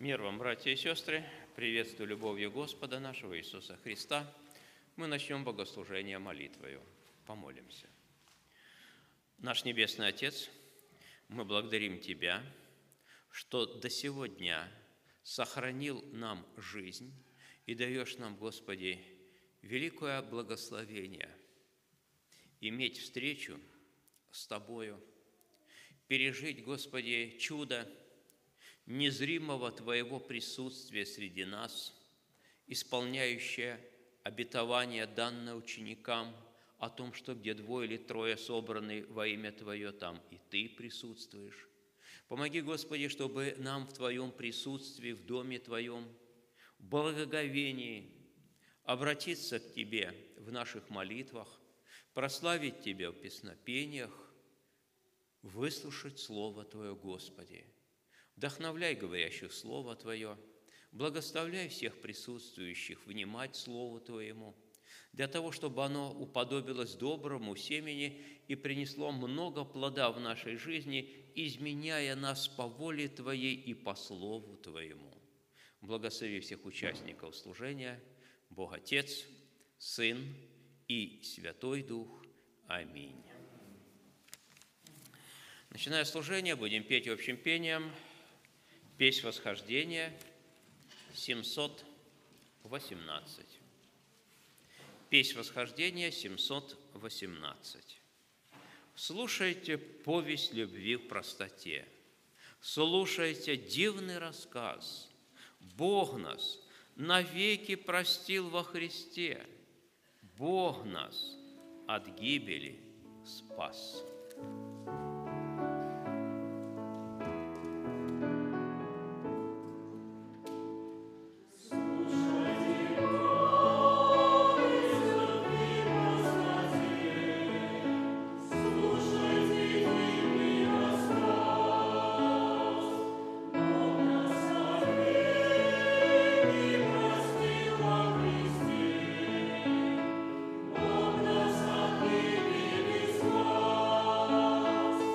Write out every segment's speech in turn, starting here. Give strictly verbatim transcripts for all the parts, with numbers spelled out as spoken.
Мир вам, братья и сестры! Приветствую любовью Господа нашего Иисуса Христа. Мы начнем богослужение молитвою. Помолимся. Наш Небесный Отец, мы благодарим Тебя, что до сего дня сохранил нам жизнь и даешь нам, Господи, великое благословение иметь встречу с Тобою, пережить, Господи, чудо незримого Твоего присутствия среди нас, исполняющее обетование, данное ученикам, о том, что где двое или трое собраны во имя Твое, там и Ты присутствуешь. Помоги, Господи, чтобы нам в Твоем присутствии, в Доме Твоем, в благоговении обратиться к Тебе в наших молитвах, прославить Тебя в песнопениях, выслушать Слово Твое, Господи. Вдохновляй говорящих Слово Твое, благословляй всех присутствующих внимать Слову Твоему, для того, чтобы оно уподобилось доброму семени и принесло много плода в нашей жизни, изменяя нас по воле Твоей и по Слову Твоему. Благослови всех участников служения, Бог Отец, Сын и Святой Дух. Аминь. Начиная служение, будем петь общим пением «Песнь восхождения» семьсот восемнадцать. «Песнь восхождения» семьсот восемнадцать. Слушайте повесть любви в простоте, слушайте дивный рассказ. Бог нас навеки простил во Христе, Бог нас от гибели спас. Bog nas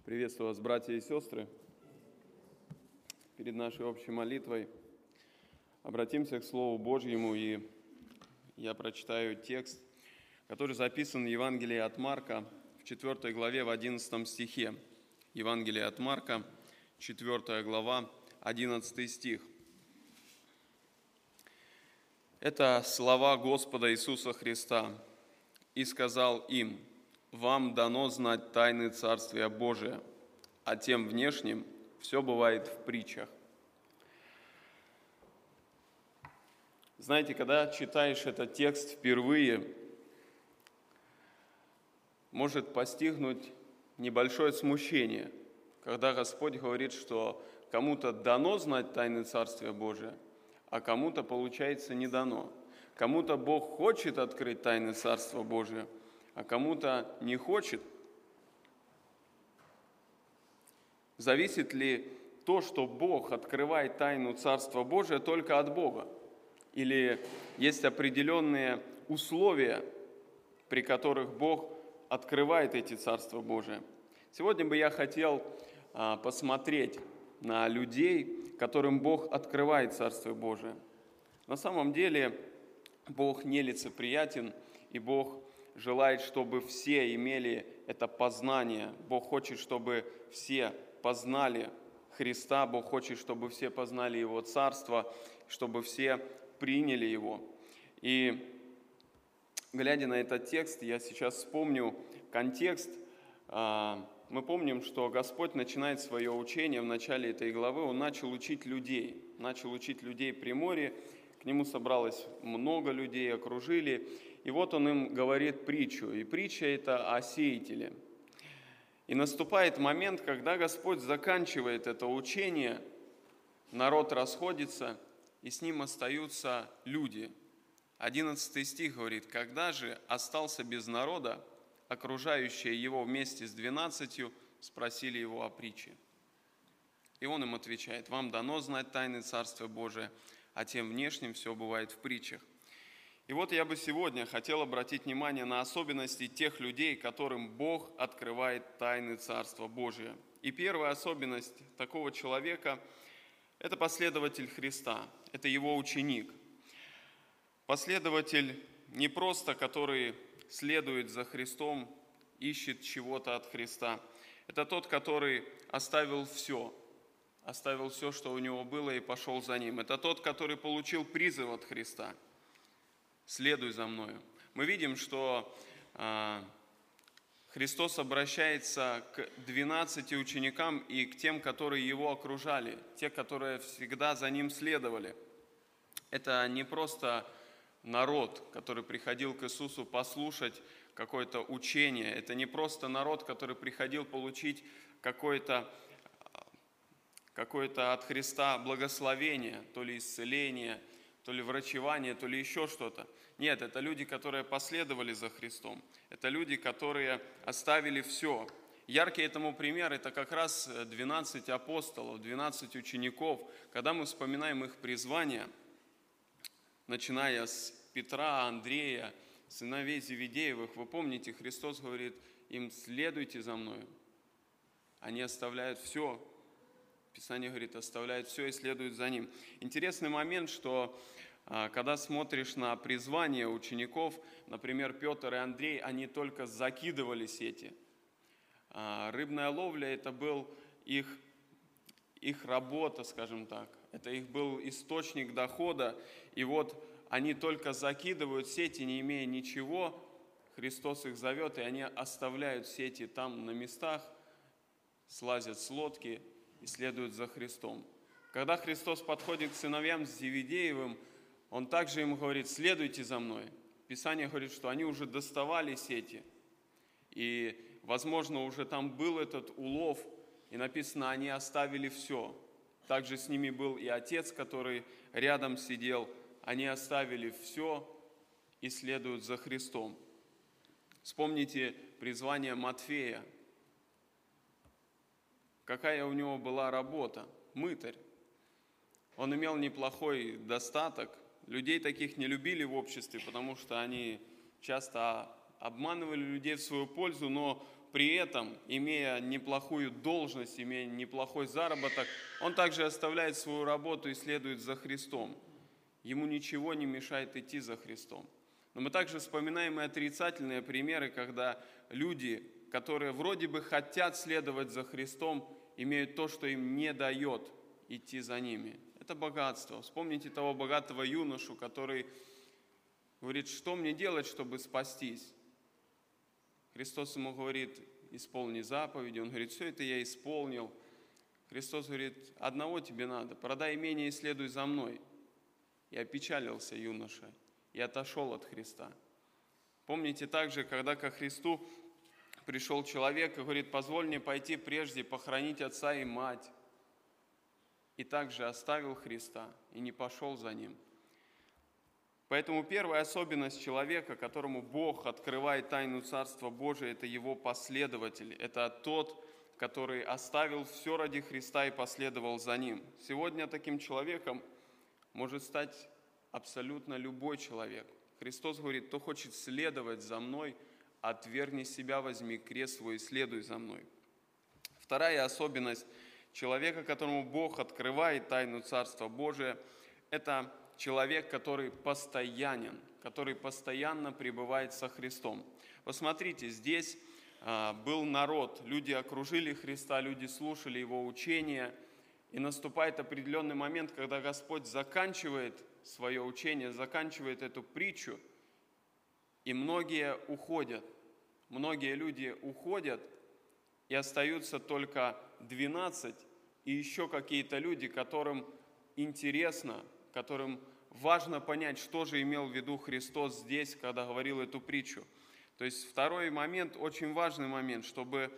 Приветствую вас, братья и сестры. Перед нашей общей молитвой обратимся к Слову Божьему, и я прочитаю текст, который записан в Евангелии от Марка в четвёртой главе, в одиннадцатом стихе. Евангелие от Марка, четвёртая глава, одиннадцатый стих. Это слова Господа Иисуса Христа. «И сказал им: вам дано знать тайны Царствия Божия, а тем внешним все бывает в притчах». Знаете, когда читаешь этот текст впервые, может постигнуть небольшое смущение, когда Господь говорит, что кому-то дано знать тайны Царствия Божия, а кому-то, получается, не дано. Кому-то Бог хочет открыть тайны Царства Божия, а кому-то не хочет. Зависит ли то, что Бог открывает тайну Царства Божия, только от Бога? Или есть определенные условия, при которых Бог открывает эти Царства Божия? Сегодня бы я хотел а, посмотреть на людей, которым Бог открывает Царство Божие. На самом деле Бог нелицеприятен, и Бог желает, чтобы все имели это познание. Бог хочет, чтобы все познали Христа, Бог хочет, чтобы все познали Его Царство, чтобы все приняли Его. И глядя на этот текст, я сейчас вспомню контекст. Мы помним, что Господь начинает свое учение в начале этой главы, Он начал учить людей, начал учить людей при море, к Нему собралось много людей, окружили, и вот Он им говорит притчу, и притча это о сеятеле. И наступает момент, когда Господь заканчивает это учение, народ расходится, и с Ним остаются люди. Одиннадцатый стих говорит: «Когда же остался без народа, окружающие Его вместе с двенадцатью спросили Его о притче». И Он им отвечает: «Вам дано знать тайны Царствия Божия, а тем внешним все бывает в притчах». И вот я бы сегодня хотел обратить внимание на особенности тех людей, которым Бог открывает тайны Царства Божия. И первая особенность такого человека – это последователь Христа, это Его ученик. Последователь не просто, который следует за Христом, ищет чего-то от Христа. Это тот, который оставил все, оставил все, что у него было, и пошел за Ним. Это тот, который получил призыв от Христа. «Следуй за Мною». Мы видим, что а, Христос обращается к двенадцати ученикам и к тем, которые Его окружали, те, которые всегда за Ним следовали. Это не просто народ, который приходил к Иисусу послушать какое-то учение. Это не просто народ, который приходил получить какое-то, какое-то от Христа благословение, то ли исцеление, то ли врачевание, то ли еще что-то. Нет, это люди, которые последовали за Христом. Это люди, которые оставили все. Яркий этому пример – это как раз двенадцать апостолов, двенадцать учеников. Когда мы вспоминаем их призвание, начиная с Петра, Андрея, сыновей Зеведеевых, вы помните, Христос говорит им: «Следуйте за Мною». Они оставляют все. Писание говорит, оставляют все и следуют за Ним. Интересный момент, что когда смотришь на призвание учеников, например, Петр и Андрей, они только закидывали сети. Рыбная ловля – это был их, их работа, скажем так. Это их был источник дохода. И вот они только закидывают сети, не имея ничего. Христос их зовет, и они оставляют сети там на местах, слазят с лодки и следуют за Христом. Когда Христос подходит к сыновьям Зеведеевым, Он также им говорит: «Следуйте за Мной». Писание говорит, что они уже доставали сети. И, возможно, уже там был этот улов, и написано, они оставили все. Также с ними был и отец, который рядом сидел. Они оставили все и следуют за Христом. Вспомните призвание Матфея. Какая у него была работа? Мытарь. Он имел неплохой достаток. Людей таких не любили в обществе, потому что они часто обманывали людей в свою пользу, но при этом, имея неплохую должность, имея неплохой заработок, он также оставляет свою работу и следует за Христом. Ему ничего не мешает идти за Христом. Но мы также вспоминаем и отрицательные примеры, когда люди, которые вроде бы хотят следовать за Христом, имеют то, что им не дает идти за ними. Это богатство. Вспомните того богатого юношу, который говорит, что мне делать, чтобы спастись? Христос ему говорит, исполни заповеди. Он говорит, все это я исполнил. Христос говорит, одного тебе надо, продай имение и следуй за мной. И опечалился юноша, и отошел от Христа. Помните также, когда ко Христу пришел человек и говорит, позволь мне пойти прежде похоронить отца и мать. И также оставил Христа и не пошел за ним. Поэтому первая особенность человека, которому Бог открывает тайну Царства Божия, это его последователь. Это тот, который оставил все ради Христа и последовал за ним. Сегодня таким человеком может стать абсолютно любой человек. Христос говорит, кто хочет следовать за мной, отвергни себя, возьми крест свой и следуй за мной. Вторая особенность человека, которому Бог открывает тайну Царства Божия, это человек, который постоянен, который постоянно пребывает со Христом. Посмотрите, здесь а, был народ, люди окружили Христа, люди слушали Его учения, и наступает определенный момент, когда Господь заканчивает свое учение, заканчивает эту притчу, и многие уходят. Многие люди уходят, и остаются только двенадцать, и еще какие-то люди, которым интересно, которым важно понять, что же имел в виду Христос здесь, когда говорил эту притчу. То есть второй момент, очень важный момент, чтобы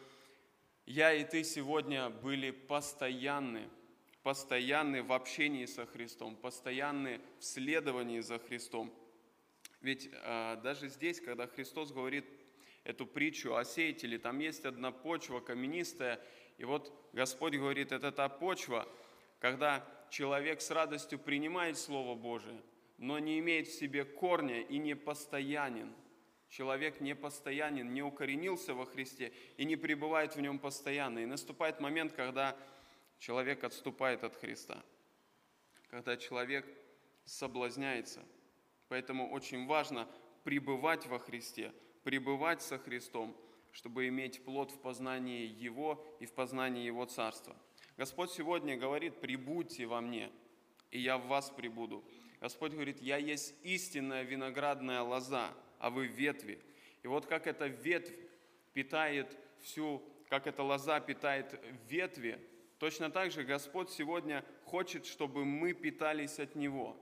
я и ты сегодня были постоянны, постоянны в общении со Христом, постоянны в следовании за Христом. Ведь а, даже здесь, когда Христос говорит эту притчу о сеятеле, там есть одна почва каменистая, и вот Господь говорит, это та почва, когда человек с радостью принимает Слово Божие, но не имеет в себе корня и не постоянен. Человек не постоянен, не укоренился во Христе и не пребывает в нем постоянно. И наступает момент, когда человек отступает от Христа, когда человек соблазняется. Поэтому очень важно пребывать во Христе, пребывать со Христом, чтобы иметь плод в познании Его и в познании Его Царства. Господь сегодня говорит, прибудьте во мне, и я в вас прибуду. Господь говорит, я есть истинная виноградная лоза, а вы ветви. И вот как эта ветвь питает всю, как эта лоза питает ветви, точно так же Господь сегодня хочет, чтобы мы питались от Него.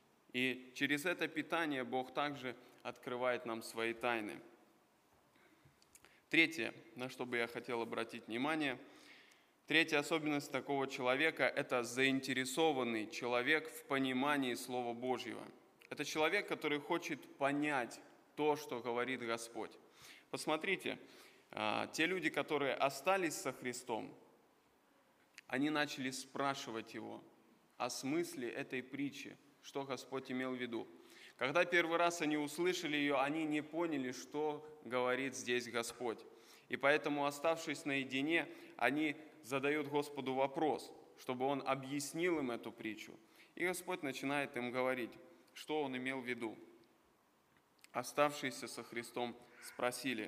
И через это питание Бог также открывает нам свои тайны. Третье, на что бы я хотел обратить внимание, третья особенность такого человека – это заинтересованный человек в понимании Слова Божьего. Это человек, который хочет понять то, что говорит Господь. Посмотрите, те люди, которые остались со Христом, они начали спрашивать Его о смысле этой притчи, что Господь имел в виду. Когда первый раз они услышали ее, они не поняли, что говорит здесь Господь. И поэтому, оставшись наедине, они задают Господу вопрос, чтобы Он объяснил им эту притчу. И Господь начинает им говорить, что Он имел в виду. Оставшиеся со Христом спросили.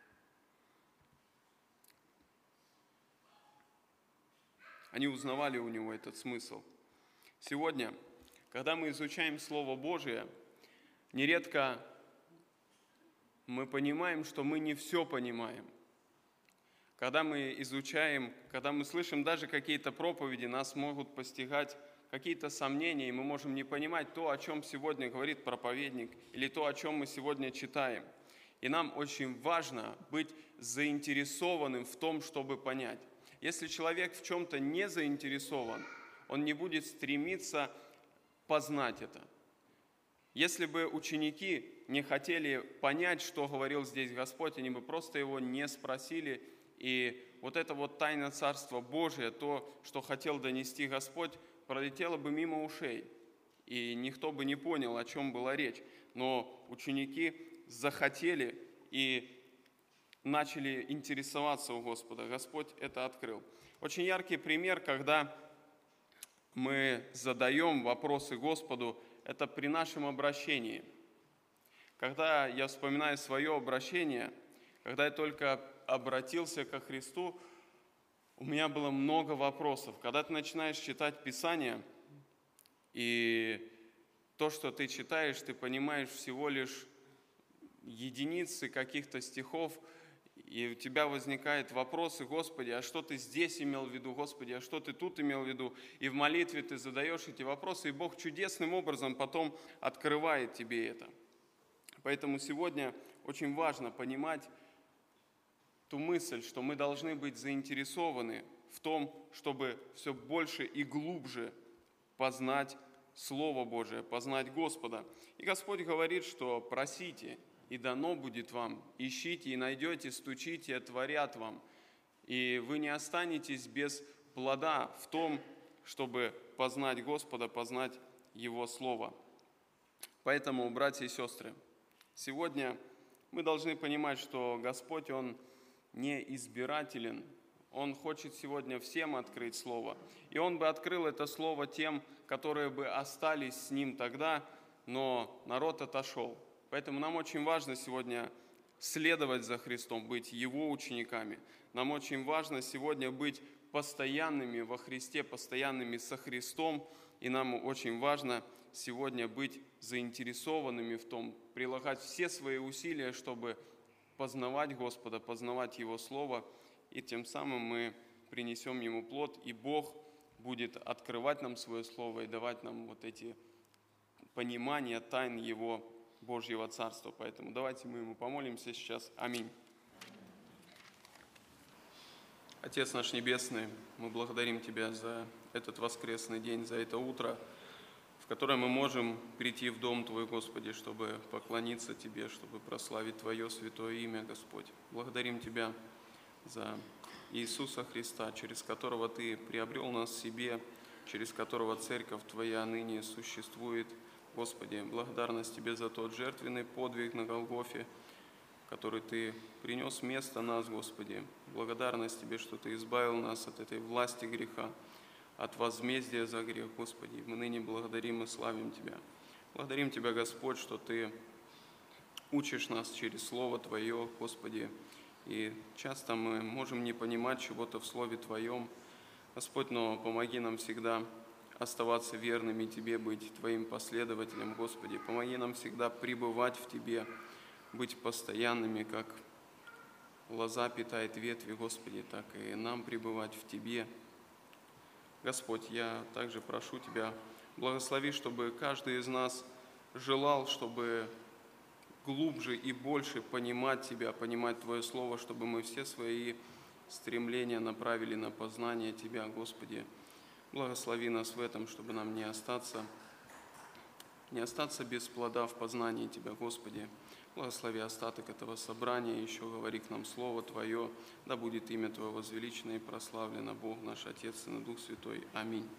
Они узнавали у Него этот смысл. Сегодня, когда мы изучаем Слово Божие, нередко мы понимаем, что мы не все понимаем. Когда мы изучаем, когда мы слышим даже какие-то проповеди, нас могут постигать какие-то сомнения, и мы можем не понимать то, о чем сегодня говорит проповедник, или то, о чем мы сегодня читаем. И нам очень важно быть заинтересованным в том, чтобы понять. Если человек в чем-то не заинтересован, он не будет стремиться познать это. Если бы ученики не хотели понять, что говорил здесь Господь, они бы просто его не спросили, и вот эта вот тайна Царства Божия, то, что хотел донести Господь, пролетело бы мимо ушей, и никто бы не понял, о чем была речь. Но ученики захотели, и начали интересоваться у Господа. Господь это открыл. Очень яркий пример, когда мы задаем вопросы Господу, это при нашем обращении. Когда я вспоминаю свое обращение, когда я только обратился ко Христу, у меня было много вопросов. Когда ты начинаешь читать Писание, и то, что ты читаешь, ты понимаешь всего лишь единицы каких-то стихов, и у тебя возникают вопросы: Господи, а что ты здесь имел в виду? Господи, а что ты тут имел в виду? И в молитве ты задаешь эти вопросы, и Бог чудесным образом потом открывает тебе это. Поэтому сегодня очень важно понимать ту мысль, что мы должны быть заинтересованы в том, чтобы все больше и глубже познать Слово Божие, познать Господа. И Господь говорит, что просите, и дано будет вам, ищите, и найдете, стучите, и отворят вам. И вы не останетесь без плода в том, чтобы познать Господа, познать Его Слово. Поэтому, братья и сестры, сегодня мы должны понимать, что Господь, Он не избирателен. Он хочет сегодня всем открыть Слово. И Он бы открыл это Слово тем, которые бы остались с Ним тогда, но народ отошел. Поэтому нам очень важно сегодня следовать за Христом, быть Его учениками. Нам очень важно сегодня быть постоянными во Христе, постоянными со Христом. И нам очень важно сегодня быть заинтересованными в том, прилагать все свои усилия, чтобы познавать Господа, познавать Его Слово, и тем самым мы принесем Ему плод, и Бог будет открывать нам Свое Слово и давать нам вот эти понимания тайн Его Божьего Царства. Поэтому давайте мы Ему помолимся сейчас. Аминь. Отец наш Небесный, мы благодарим Тебя за этот воскресный день, за это утро, в которое мы можем прийти в Дом Твой, Господи, чтобы поклониться Тебе, чтобы прославить Твое святое имя, Господь. Благодарим Тебя за Иисуса Христа, через которого Ты приобрел нас себе, через которого Церковь Твоя ныне существует. Господи, благодарность Тебе за тот жертвенный подвиг на Голгофе, который Ты принес вместо нас, Господи. Благодарность Тебе, что Ты избавил нас от этой власти греха, от возмездия за грех, Господи. Мы ныне благодарим и славим Тебя. Благодарим Тебя, Господь, что Ты учишь нас через Слово Твое, Господи. И часто мы можем не понимать чего-то в Слове Твоем, Господь, но помоги нам всегда оставаться верными Тебе, быть Твоим последователем, Господи. Помоги нам всегда пребывать в Тебе, быть постоянными, как лоза питает ветви, Господи, так и нам пребывать в Тебе. Господь, я также прошу Тебя, благослови, чтобы каждый из нас желал, чтобы глубже и больше понимать Тебя, понимать Твое Слово, чтобы мы все свои стремления направили на познание Тебя, Господи. Благослови нас в этом, чтобы нам не остаться, не остаться без плода в познании Тебя, Господи. Благослови остаток этого собрания, еще говори к нам Слово Твое, да будет имя Твое возвеличено и прославлено, Бог наш Отец и Дух Святой. Аминь.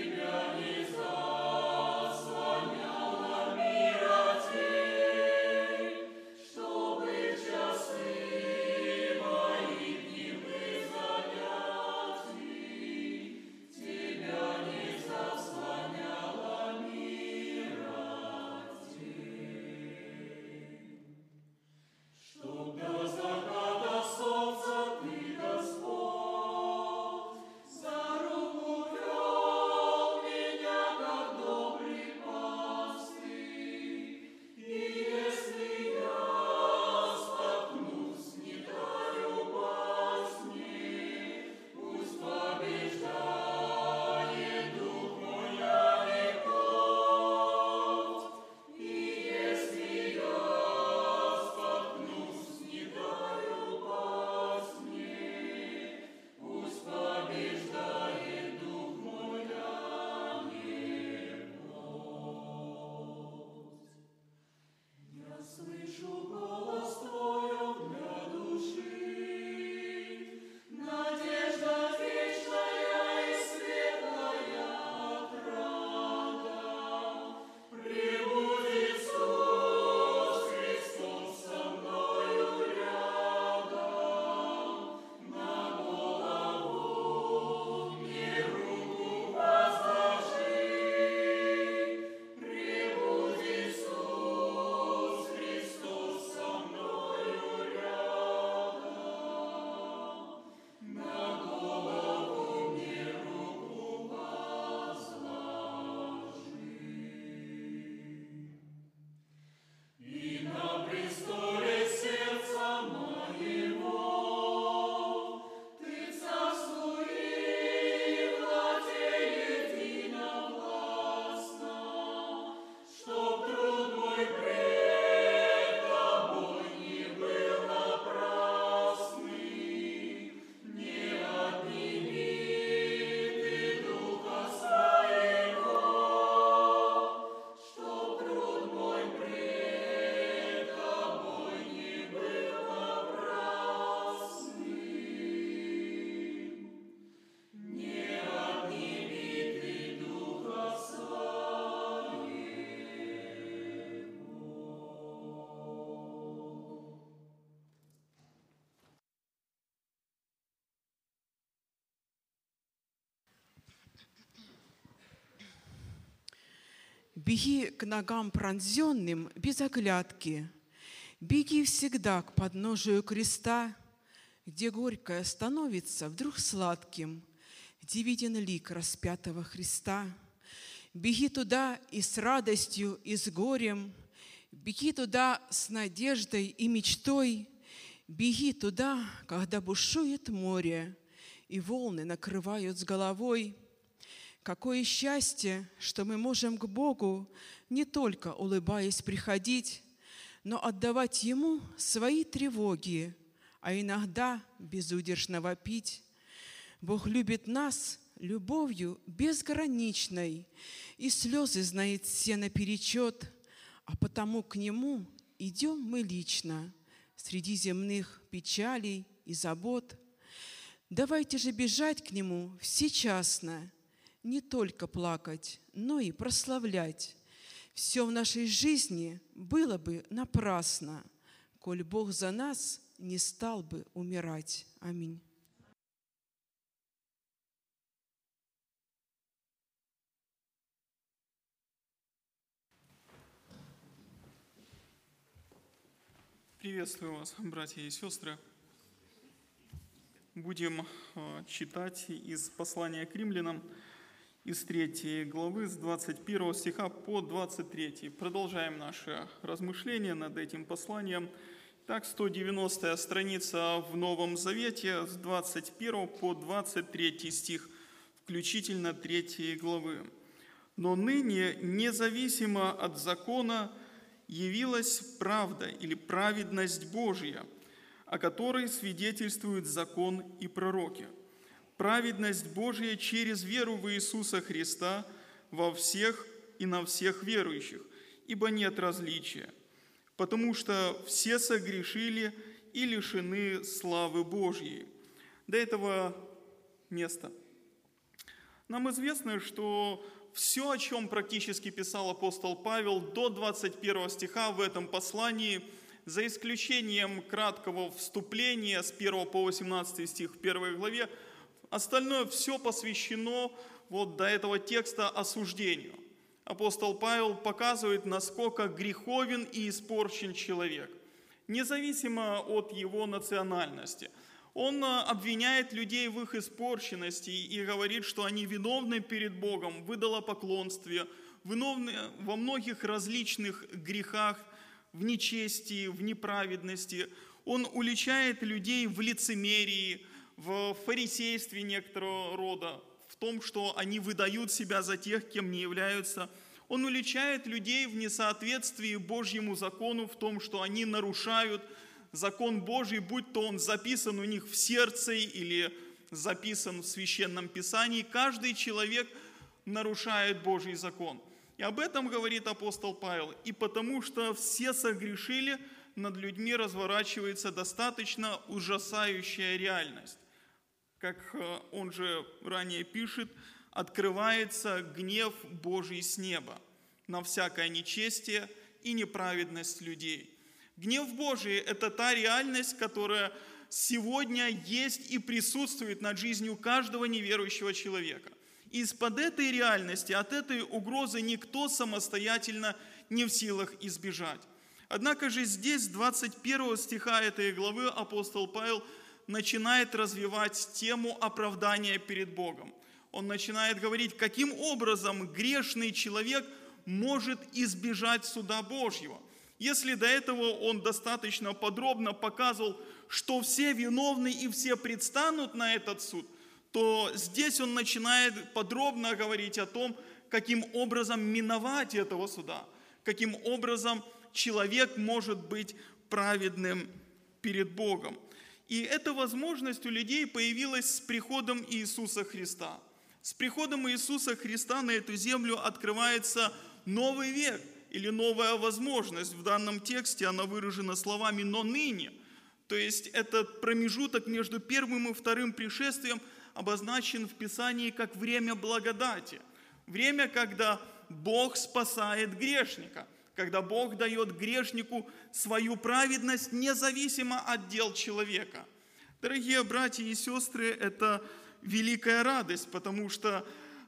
Тебя не заслоняла мир Отец. Беги к ногам пронзенным без оглядки, беги всегда к подножию креста, где горькое становится вдруг сладким, где виден лик распятого Христа. Беги туда и с радостью, и с горем, беги туда с надеждой и мечтой, беги туда, когда бушует море, и волны накрывают с головой. Какое счастье, что мы можем к Богу не только улыбаясь приходить, но отдавать Ему свои тревоги, а иногда безудержно вопить. Бог любит нас любовью безграничной, и слезы знает все наперечет, а потому к Нему идем мы лично среди земных печалей и забот. Давайте же бежать к Нему всечасно, не только плакать, но и прославлять. Все в нашей жизни было бы напрасно, коль Бог за нас не стал бы умирать. Аминь. Приветствую вас, братья и сестры. Будем читать из послания к римлянам, из третьей главы, с двадцать первого стиха по двадцать третий. Продолжаем наше размышление над этим посланием. Так, сто девяностая страница в Новом Завете, с двадцать первого по двадцать третий стих, включительно третьей главы. «Но ныне, независимо от закона, явилась правда или праведность Божья, о которой свидетельствуют закон и пророки. Праведность Божья через веру в Иисуса Христа во всех и на всех верующих, ибо нет различия, потому что все согрешили и лишены славы Божьей». До этого места. Нам известно, что все, о чем практически писал апостол Павел до двадцать первого стиха в этом послании, за исключением краткого вступления с первого по восемнадцатый стих в первой главе, остальное все посвящено вот до этого текста осуждению. Апостол Павел показывает, насколько греховен и испорчен человек, независимо от его национальности. Он обвиняет людей в их испорченности и говорит, что они виновны перед Богом в идолопоклонстве, виновны во многих различных грехах, в нечестии, в неправедности. Он уличает людей в лицемерии, в фарисействе некоторого рода, в том, что они выдают себя за тех, кем не являются. Он уличает людей в несоответствии Божьему закону, в том, что они нарушают закон Божий, будь то он записан у них в сердце или записан в Священном Писании. Каждый человек нарушает Божий закон. И об этом говорит апостол Павел. И потому что все согрешили, над людьми разворачивается достаточно ужасающая реальность. Как он же ранее пишет, открывается гнев Божий с неба на всякое нечестие и неправедность людей. Гнев Божий – это та реальность, которая сегодня есть и присутствует над жизнью каждого неверующего человека. И из-под этой реальности, от этой угрозы никто самостоятельно не в силах избежать. Однако же здесь, с двадцать первого стиха этой главы, апостол Павел начинает развивать тему оправдания перед Богом. Он начинает говорить, каким образом грешный человек может избежать суда Божьего. Если до этого он достаточно подробно показывал, что все виновны и все предстанут на этот суд, то здесь он начинает подробно говорить о том, каким образом миновать этого суда, каким образом человек может быть праведным перед Богом. И эта возможность у людей появилась с приходом Иисуса Христа. С приходом Иисуса Христа на эту землю открывается новый век или новая возможность. В данном тексте она выражена словами «но ныне». То есть этот промежуток между первым и вторым пришествием обозначен в Писании как время благодати. Время, когда Бог спасает грешника, когда Бог дает грешнику свою праведность независимо от дел человека. Дорогие братья и сестры, это великая радость, потому что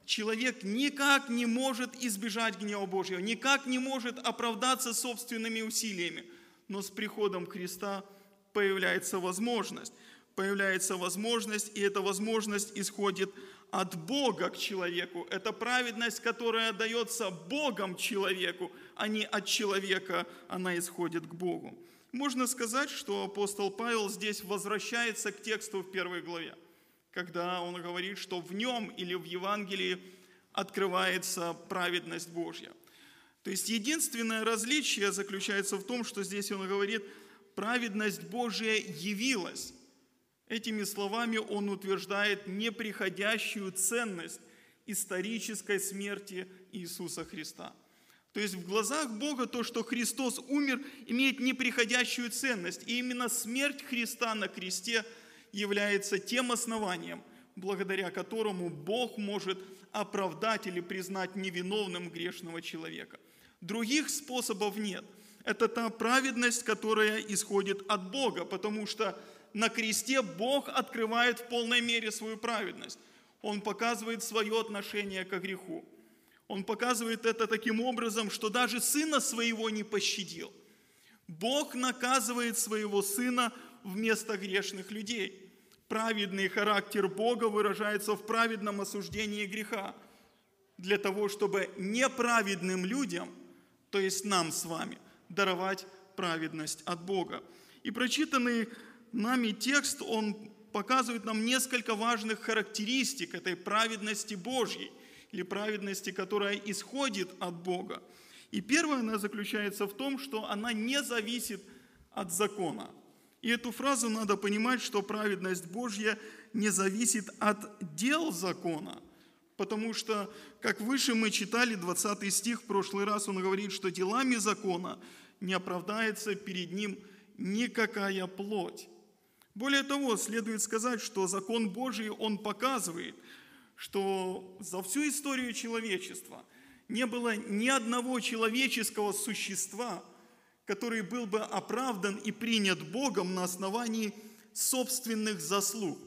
человек никак не может избежать гнева Божьего, никак не может оправдаться собственными усилиями. Но с приходом Христа появляется возможность. Появляется возможность, и эта возможность исходит от Бога к человеку. Это праведность, которая дается Богом человеку, а не от человека, она исходит к Богу. Можно сказать, что апостол Павел здесь возвращается к тексту в первой главе, когда он говорит, что в нем или в Евангелии открывается праведность Божья. То есть единственное различие заключается в том, что здесь он говорит, праведность Божья явилась. Этими словами он утверждает неприходящую ценность исторической смерти Иисуса Христа. То есть в глазах Бога то, что Христос умер, имеет неприходящую ценность. И именно смерть Христа на кресте является тем основанием, благодаря которому Бог может оправдать или признать невиновным грешного человека. Других способов нет. Это та праведность, которая исходит от Бога, потому что на кресте Бог открывает в полной мере свою праведность. Он показывает свое отношение к греху. Он показывает это таким образом, что даже Сына Своего не пощадил. Бог наказывает Своего Сына вместо грешных людей. Праведный характер Бога выражается в праведном осуждении греха, для того, чтобы неправедным людям, то есть нам с вами, даровать праведность от Бога. И прочитанный нами текст, он показывает нам несколько важных характеристик этой праведности Божьей, или праведности, которая исходит от Бога. И первая она заключается в том, что она не зависит от закона. И эту фразу надо понимать, что праведность Божья не зависит от дел закона. Потому что, как выше мы читали, двадцатый стих, в прошлый раз он говорит, что делами закона не оправдается перед ним никакая плоть. Более того, следует сказать, что закон Божий, он показывает, что за всю историю человечества не было ни одного человеческого существа, который был бы оправдан и принят Богом на основании собственных заслуг.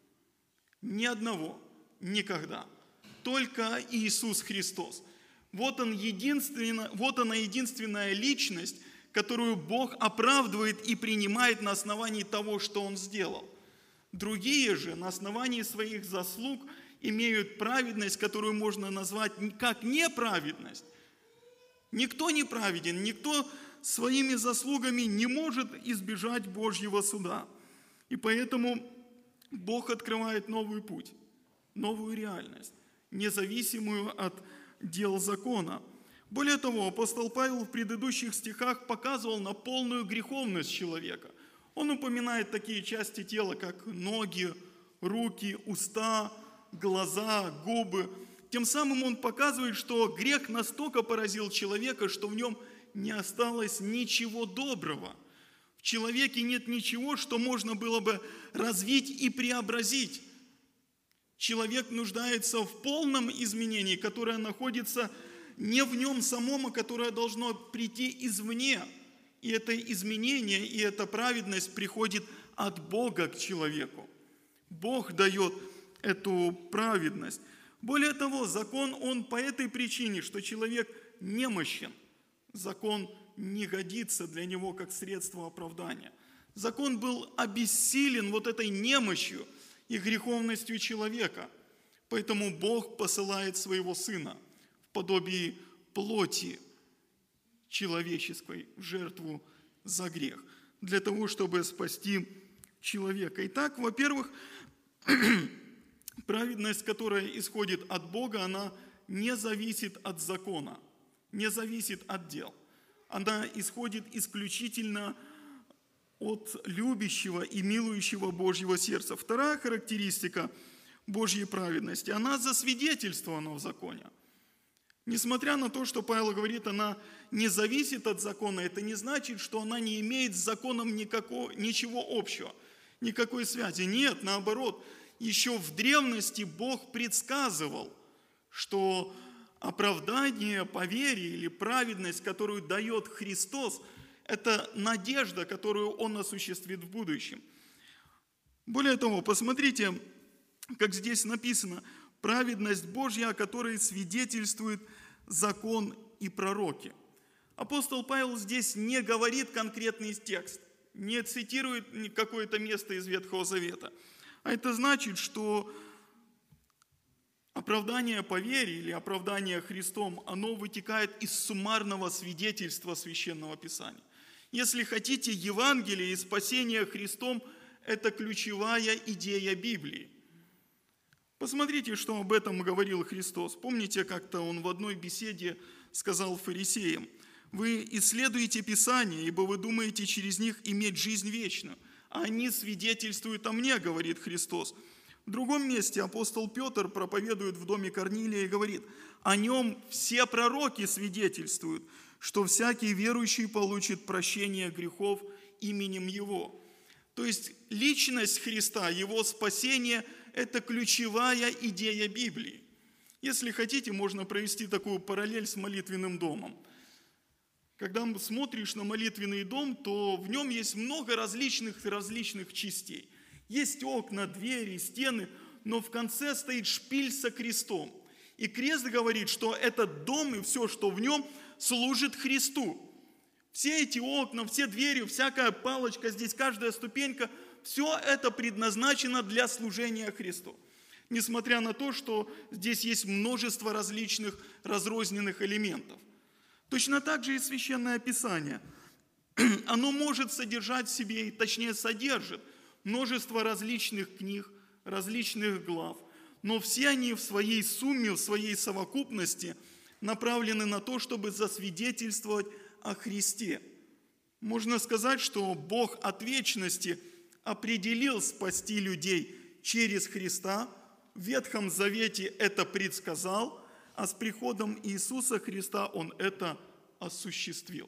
Ни одного, никогда. Только Иисус Христос. Вот, он единственно, вот она единственная личность, которую Бог оправдывает и принимает на основании того, что Он сделал. Другие же на основании своих заслуг имеют праведность, которую можно назвать как неправедность. Никто не праведен, никто своими заслугами не может избежать Божьего суда. И поэтому Бог открывает новый путь, новую реальность, независимую от дел закона. Более того, апостол Павел в предыдущих стихах показывал на полную греховность человека. Он упоминает такие части тела, как ноги, руки, уста, глаза, губы. Тем самым он показывает, что грех настолько поразил человека, что в нем не осталось ничего доброго. В человеке нет ничего, что можно было бы развить и преобразить. Человек нуждается в полном изменении, которое находится не в нем самом, а которое должно прийти извне. И это изменение, и эта праведность приходит от Бога к человеку. Бог дает эту праведность. Более того, закон, он по этой причине, что человек немощен. Закон не годится для него как средство оправдания. Закон был обессилен вот этой немощью и греховностью человека. Поэтому Бог посылает своего Сына в подобии плоти человеческой в жертву за грех, для того, чтобы спасти человека. Итак, во-первых, праведность, которая исходит от Бога, она не зависит от закона, не зависит от дел. Она исходит исключительно от любящего и милующего Божьего сердца. Вторая характеристика Божьей праведности, она засвидетельствована в законе. Несмотря на то, что Павел говорит, она не зависит от закона, это не значит, что она не имеет с законом никакого, ничего общего, никакой связи. Нет, наоборот, еще в древности Бог предсказывал, что оправдание по вере или праведность, которую дает Христос, это надежда, которую Он осуществит в будущем. Более того, посмотрите, как здесь написано, праведность Божья, о которой свидетельствует закон и пророки. Апостол Павел здесь не говорит конкретный текст, не цитирует какое-то место из Ветхого Завета. А это значит, что оправдание по вере или оправдание Христом, оно вытекает из суммарного свидетельства Священного Писания. Если хотите, Евангелие и спасение Христом – это ключевая идея Библии. Посмотрите, что об этом говорил Христос. Помните, как-то Он в одной беседе сказал фарисеям: «Вы исследуете Писание, ибо вы думаете через них иметь жизнь вечную. А они свидетельствуют о мне, говорит Христос». В другом месте апостол Петр проповедует в доме Корнилия и говорит: «О нем все пророки свидетельствуют, что всякий верующий получит прощение грехов именем Его». То есть личность Христа, Его спасение – это ключевая идея Библии. Если хотите, можно провести такую параллель с молитвенным домом. Когда смотришь на молитвенный дом, то в нем есть много различных различных частей. Есть окна, двери, стены, но в конце стоит шпиль со крестом. И крест говорит, что этот дом и все, что в нем, служит Христу. Все эти окна, все двери, всякая палочка здесь, каждая ступенька, все это предназначено для служения Христу. Несмотря на то, что здесь есть множество различных разрозненных элементов. Точно так же и Священное Писание. Оно может содержать в себе, и точнее содержит, множество различных книг, различных глав, но все они в своей сумме, в своей совокупности направлены на то, чтобы засвидетельствовать о Христе. Можно сказать, что Бог от вечности определил спасти людей через Христа, в Ветхом Завете это предсказал, а с приходом Иисуса Христа Он это осуществил.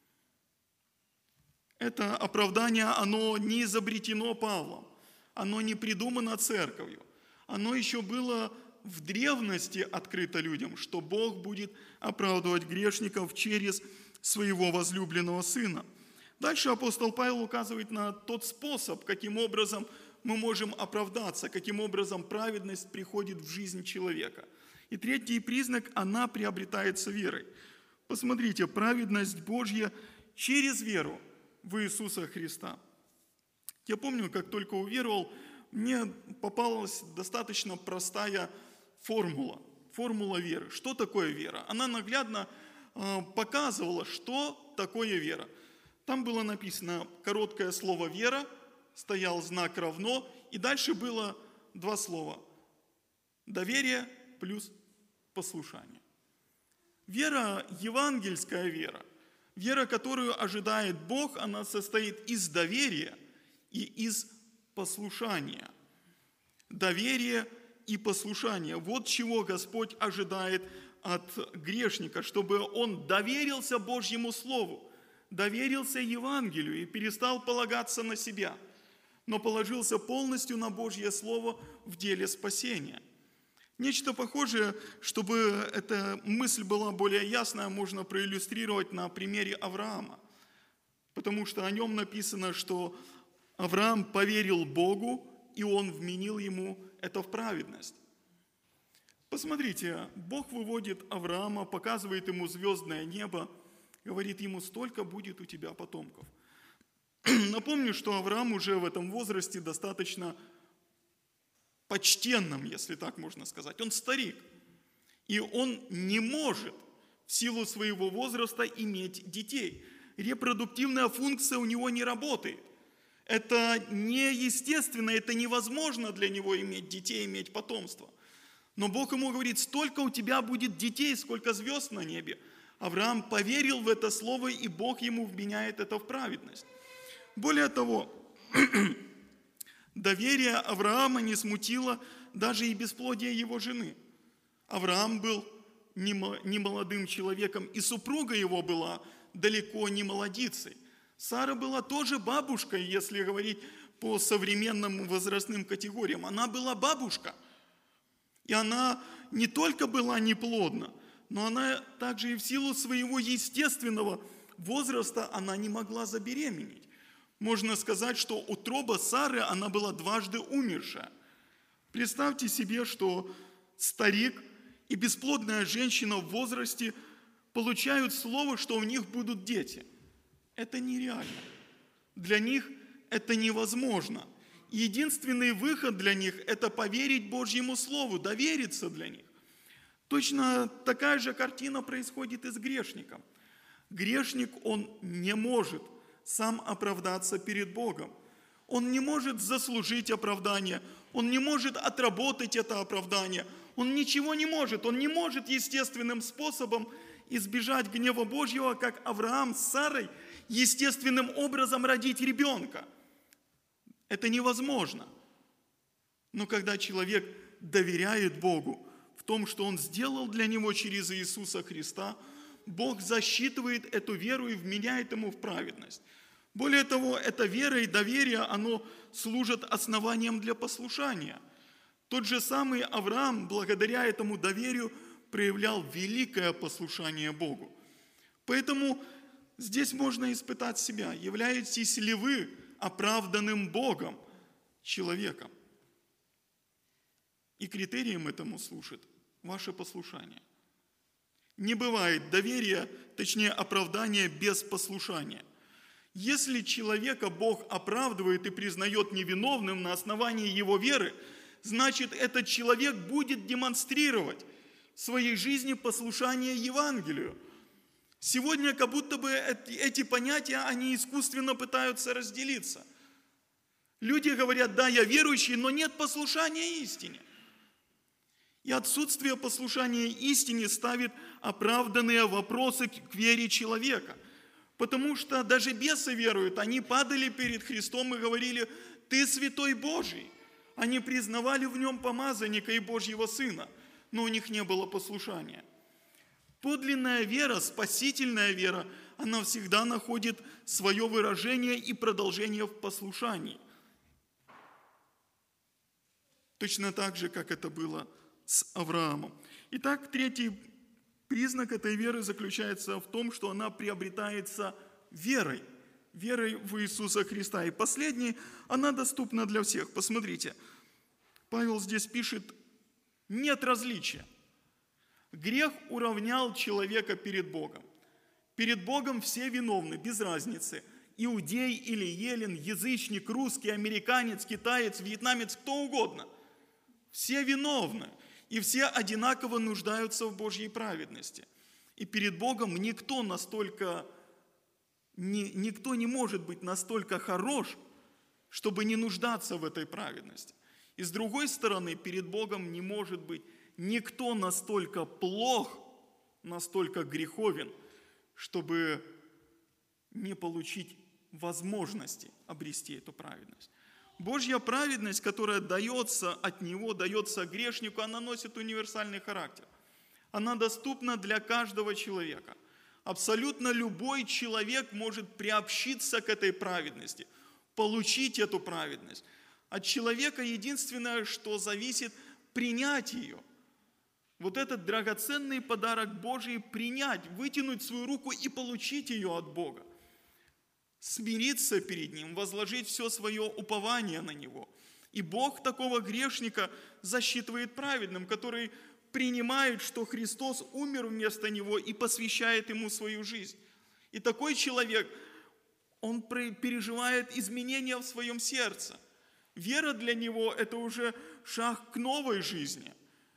Это оправдание, оно не изобретено Павлом, оно не придумано церковью. Оно еще было в древности открыто людям, что Бог будет оправдывать грешников через своего возлюбленного Сына. Дальше апостол Павел указывает на тот способ, каким образом мы можем оправдаться, каким образом праведность приходит в жизнь человека. И третий признак – она приобретается верой. Посмотрите, праведность Божья через веру в Иисуса Христа. Я помню, как только уверовал, мне попалась достаточно простая формула, формула веры. Что такое вера? Она наглядно показывала, что такое вера. Там было написано короткое слово «вера», стоял знак «равно», и дальше было два слова – доверие плюс послушание. Вера, евангельская вера, вера, которую ожидает Бог, она состоит из доверия и из послушания. Доверие и послушание. Вот чего Господь ожидает от грешника, чтобы он доверился Божьему Слову, доверился Евангелию и перестал полагаться на себя, но положился полностью на Божье Слово в деле спасения. Нечто похожее, чтобы эта мысль была более ясная, можно проиллюстрировать на примере Авраама, потому что о нем написано, что Авраам поверил Богу, и он вменил ему это в праведность. Посмотрите, Бог выводит Авраама, показывает ему звездное небо, говорит ему: столько будет у тебя потомков. Напомню, что Авраам уже в этом возрасте достаточно почтенном, если так можно сказать. Он старик, и он не может в силу своего возраста иметь детей. Репродуктивная функция у него не работает. Это неестественно, это невозможно для него иметь детей, иметь потомство. Но Бог ему говорит: столько у тебя будет детей, сколько звезд на небе. Авраам поверил в это слово, и Бог ему вменяет это в праведность. Более того, доверие Авраама не смутило даже и бесплодие его жены. Авраам был не молодым человеком, и супруга его была далеко не молодицей. Сара была тоже бабушкой, если говорить по современным возрастным категориям. Она была бабушка. И она не только была неплодна, но она также и в силу своего естественного возраста она не могла забеременеть. Можно сказать, что утроба Сары, она была дважды умершая. Представьте себе, что старик и бесплодная женщина в возрасте получают слово, что у них будут дети. Это нереально. Для них это невозможно. Единственный выход для них – это поверить Божьему Слову, довериться для них. Точно такая же картина происходит и с грешником. Грешник, он не может сам оправдаться перед Богом. Он не может заслужить оправдание, он не может отработать это оправдание, он ничего не может, он не может естественным способом избежать гнева Божьего, как Авраам с Сарой естественным образом родить ребенка. Это невозможно. Но когда человек доверяет Богу в том, что Он сделал для него через Иисуса Христа, Бог засчитывает эту веру и вменяет ему в праведность. Более того, эта вера и доверие, оно служит основанием для послушания. Тот же самый Авраам, благодаря этому доверию, проявлял великое послушание Богу. Поэтому здесь можно испытать себя, являетесь ли вы оправданным Богом человеком. И критерием этому служит ваше послушание. Не бывает доверия, точнее оправдания без послушания. Если человека Бог оправдывает и признает невиновным на основании его веры, значит, этот человек будет демонстрировать в своей жизни послушание Евангелию. Сегодня как будто бы эти понятия, они искусственно пытаются разделиться. Люди говорят, да, я верующий, но нет послушания истине. И отсутствие послушания истине ставит оправданные вопросы к вере человека. Потому что даже бесы веруют, они падали перед Христом и говорили, ты святой Божий. Они признавали в нем помазанника и Божьего Сына, но у них не было послушания. Подлинная вера, спасительная вера, она всегда находит свое выражение и продолжение в послушании. Точно так же, как это было с Авраамом. Итак, третий признак этой веры заключается в том, что она приобретается верой, верой в Иисуса Христа. И последний, она доступна для всех. Посмотрите, Павел здесь пишет, нет различия. Грех уравнял человека перед Богом. Перед Богом все виновны, без разницы. Иудей или еллин, язычник, русский, американец, китаец, вьетнамец, кто угодно. Все виновны. И все одинаково нуждаются в Божьей праведности. И перед Богом никто настолько, ни, никто не может быть настолько хорош, чтобы не нуждаться в этой праведности. И с другой стороны, перед Богом не может быть никто настолько плох, настолько греховен, чтобы не получить возможности обрести эту праведность. Божья праведность, которая дается от Него, дается грешнику, она носит универсальный характер. Она доступна для каждого человека. Абсолютно любой человек может приобщиться к этой праведности, получить эту праведность. От человека единственное, что зависит, принять ее. Вот этот драгоценный подарок Божий принять, вытянуть свою руку и получить ее от Бога. Смириться перед Ним, возложить все свое упование на Него. И Бог такого грешника засчитывает праведным, который принимает, что Христос умер вместо него и посвящает ему свою жизнь. И такой человек, он переживает изменения в своем сердце. Вера для него – это уже шаг к новой жизни.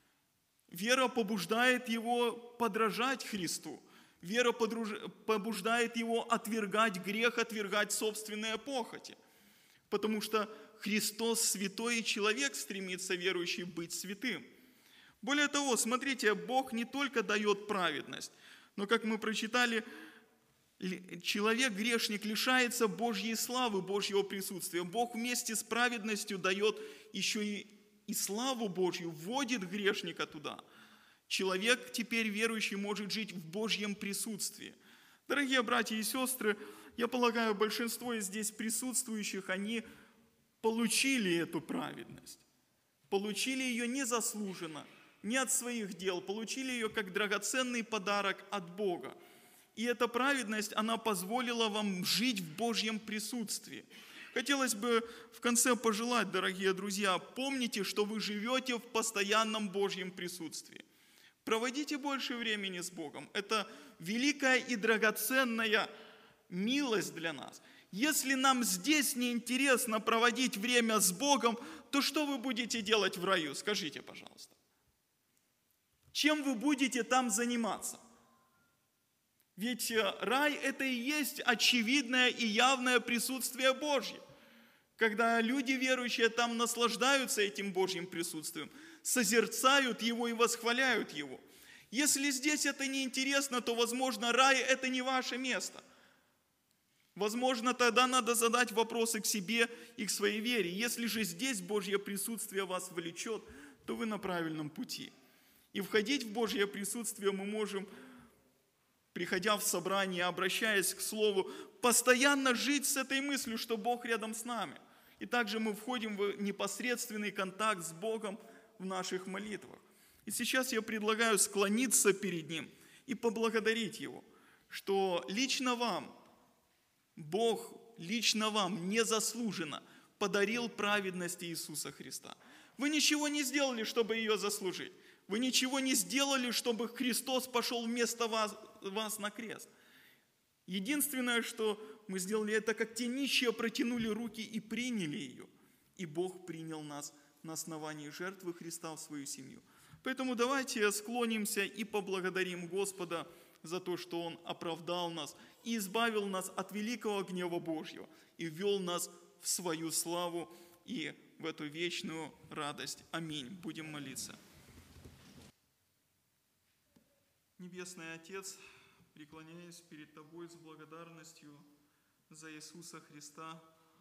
Вера побуждает его подражать Христу. Вера побуждает его отвергать грех, отвергать собственные похоти. Потому что Христос святой, и человек стремится, верующий, быть святым. Более того, смотрите, Бог не только дает праведность, но, как мы прочитали, человек, грешник, лишается Божьей славы, Божьего присутствия. Бог вместе с праведностью дает еще и, и славу Божью, вводит грешника туда. Человек, теперь верующий, может жить в Божьем присутствии. Дорогие братья и сестры, я полагаю, большинство из здесь присутствующих, они получили эту праведность. Получили ее незаслуженно, не от своих дел, получили ее как драгоценный подарок от Бога. И эта праведность, она позволила вам жить в Божьем присутствии. Хотелось бы в конце пожелать, дорогие друзья, помните, что вы живете в постоянном Божьем присутствии. Проводите больше времени с Богом. Это великая и драгоценная милость для нас. Если нам здесь неинтересно проводить время с Богом, то что вы будете делать в раю? Скажите, пожалуйста. Чем вы будете там заниматься? Ведь рай – это и есть очевидное и явное присутствие Божье. Когда люди верующие там наслаждаются этим Божьим присутствием, созерцают Его и восхваляют Его. Если здесь это неинтересно, то, возможно, рай – это не ваше место. Возможно, тогда надо задать вопросы к себе и к своей вере. Если же здесь Божье присутствие вас влечет, то вы на правильном пути. И входить в Божье присутствие мы можем, приходя в собрание, обращаясь к Слову, постоянно жить с этой мыслью, что Бог рядом с нами. И также мы входим в непосредственный контакт с Богом в наших молитвах. И сейчас я предлагаю склониться перед Ним и поблагодарить Его, что лично вам, Бог лично вам незаслуженно подарил праведность Иисуса Христа. Вы ничего не сделали, чтобы ее заслужить. Вы ничего не сделали, чтобы Христос пошел вместо вас, вас на крест. Единственное, что мы сделали, это как те нищие протянули руки и приняли ее. И Бог принял нас на основании жертвы Христа в свою семью. Поэтому давайте склонимся и поблагодарим Господа за то, что Он оправдал нас и избавил нас от великого гнева Божьего и ввел нас в свою славу и в эту вечную радость. Аминь. Будем молиться. Небесный Отец, преклоняюсь перед Тобой с благодарностью за Иисуса Христа,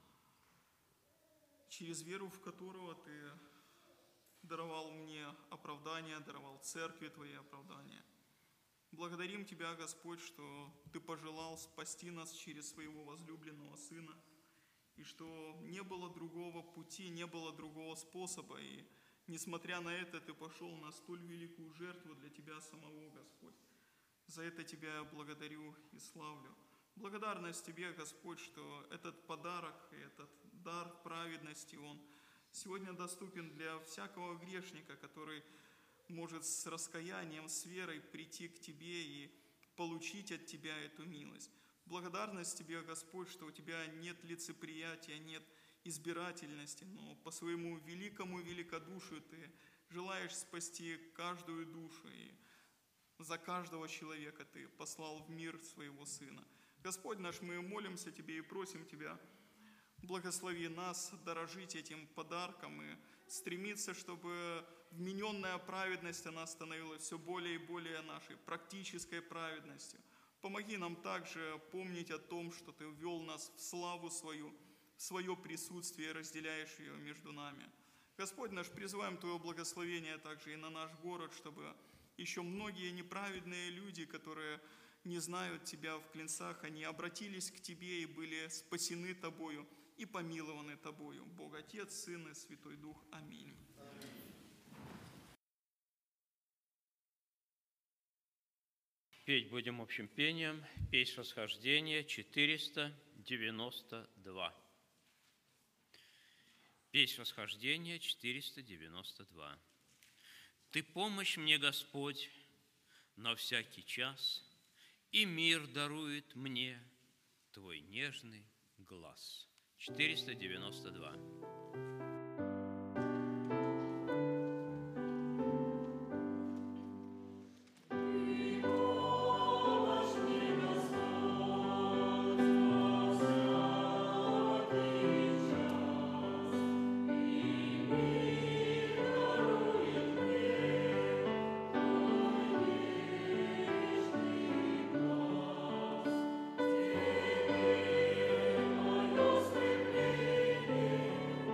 через веру в которого Ты даровал мне оправдание, даровал церкви Твоей оправдание. Благодарим Тебя, Господь, что Ты пожелал спасти нас через Своего возлюбленного Сына, и что не было другого пути, не было другого способа, и несмотря на это, Ты пошел на столь великую жертву для Тебя самого, Господь. За это Тебя я благодарю и славлю. Благодарность Тебе, Господь, что этот подарок, этот дар праведности, он сегодня доступен для всякого грешника, который может с раскаянием, с верой прийти к Тебе и получить от Тебя эту милость. Благодарность Тебе, Господь, что у Тебя нет лицеприятия, нет избирательности, но по своему великому великодушию Ты желаешь спасти каждую душу, и за каждого человека Ты послал в мир Своего Сына. Господь наш, мы молимся Тебе и просим Тебя, благослови нас дорожить этим подарком и стремиться, чтобы вмененная праведность, она становилась все более и более нашей практической праведностью. Помоги нам также помнить о том, что Ты ввел нас в славу Свою, в Свое присутствие, разделяешь ее между нами. Господь наш, призываем Твое благословение также и на наш город, чтобы еще многие неправедные люди, которые не знают Тебя в Клинцах, они обратились к Тебе и были спасены Тобою и помилованы Тобою. Бог Отец, Сын и Святой Дух. Аминь. Петь будем общим пением. Песнь восхождения четыреста девяносто два. Песнь восхождения четыреста девяносто два. Ты помощь мне, Господь, на всякий час, и мир дарует мне Твой нежный глаз. четыреста девяносто два. Thank you.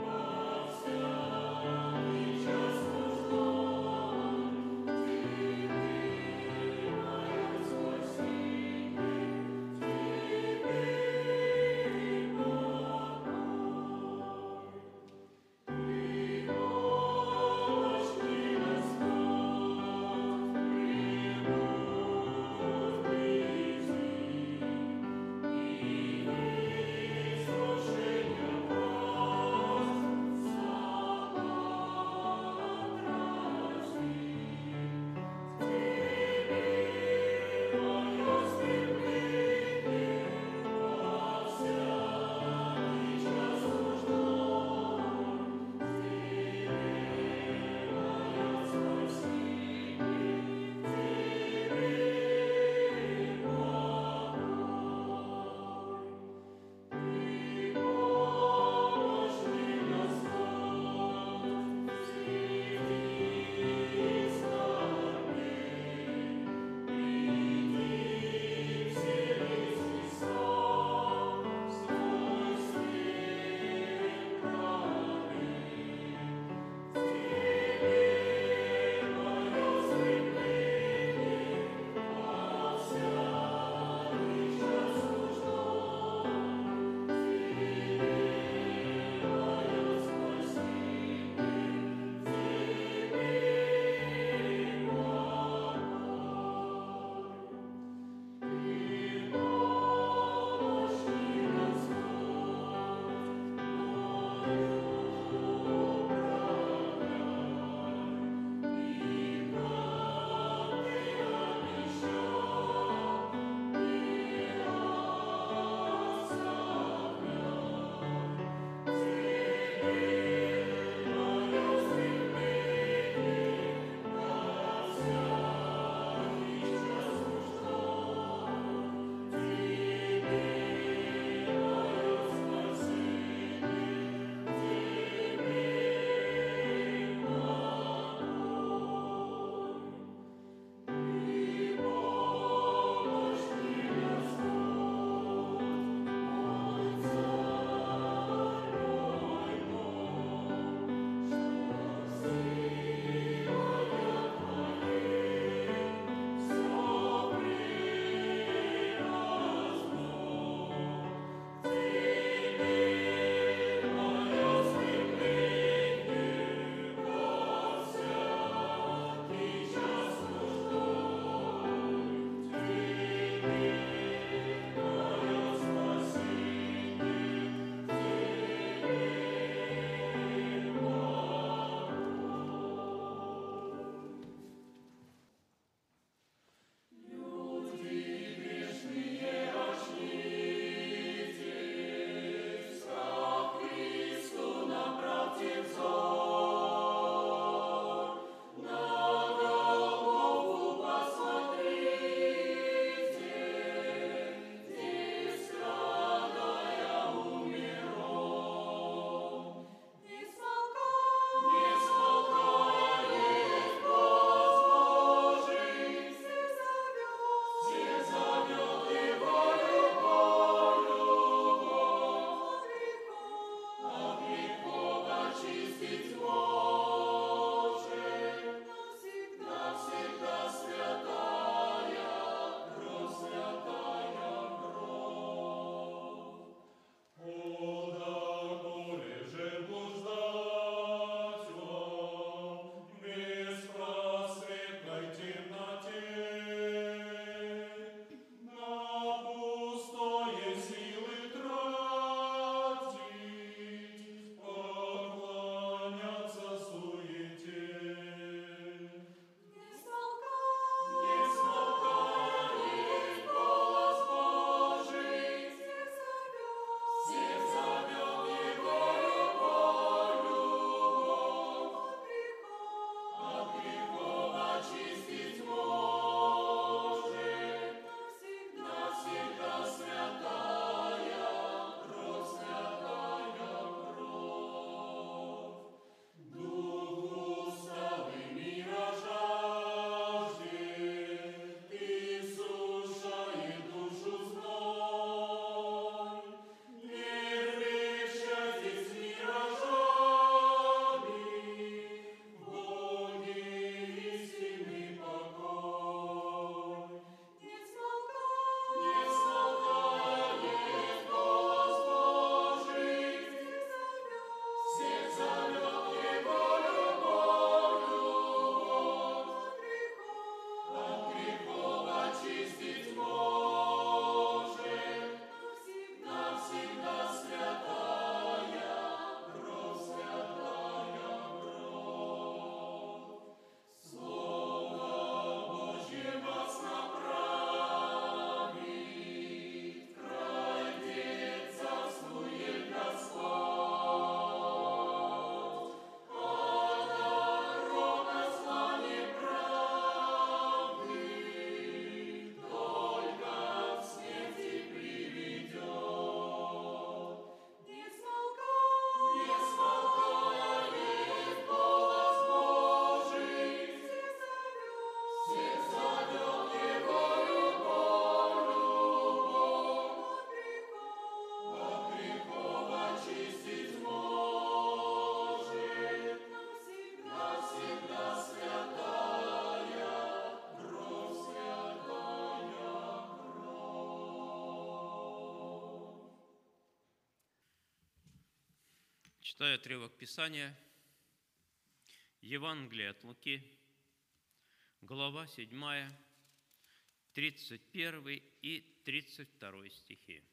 Читаю отрывок Писания, Евангелие от Луки, глава седьмая, тридцать первый и тридцать второй стихи.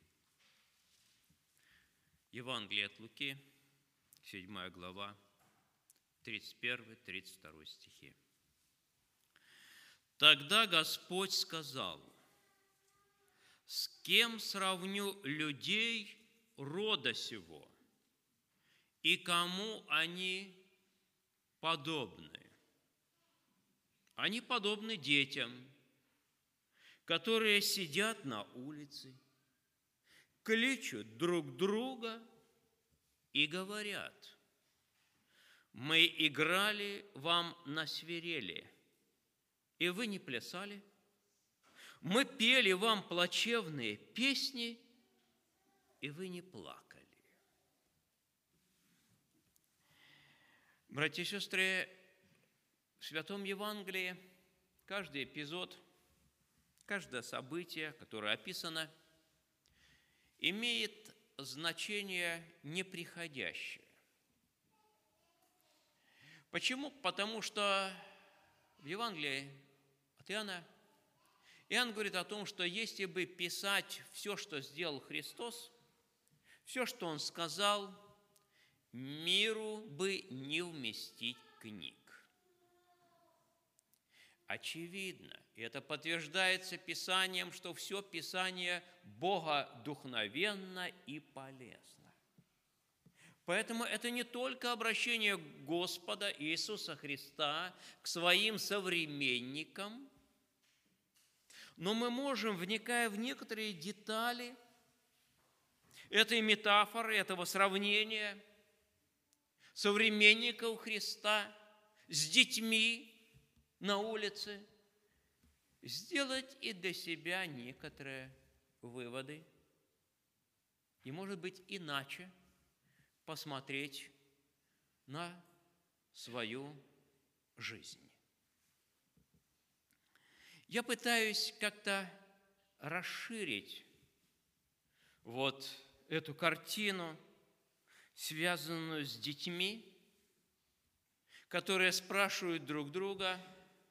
Евангелие от Луки, седьмая глава, тридцать первый — тридцать второй стихи. «Тогда Господь сказал: с кем сравню людей рода сего, и кому они подобны? Они подобны детям, которые сидят на улице, кличут друг друга и говорят: мы играли вам на свирели, и вы не плясали. Мы пели вам плачевные песни, и вы не плакали». Братья и сестры, в Святом Евангелии каждый эпизод, каждое событие, которое описано, имеет значение неприходящее. Почему? Потому что в Евангелии от Иоанна Иоанн говорит о том, что если бы писать все, что сделал Христос, все, что Он сказал, миру бы не вместить книг. Очевидно, и это подтверждается Писанием, что все Писание богодухновенно и полезно. Поэтому это не только обращение Господа Иисуса Христа к своим современникам, но мы можем, вникая в некоторые детали этой метафоры, этого сравнения современников Христа с детьми на улице, сделать и для себя некоторые выводы, и, может быть, иначе посмотреть на свою жизнь. Я пытаюсь как-то расширить вот эту картину, связанную с детьми, которые спрашивают друг друга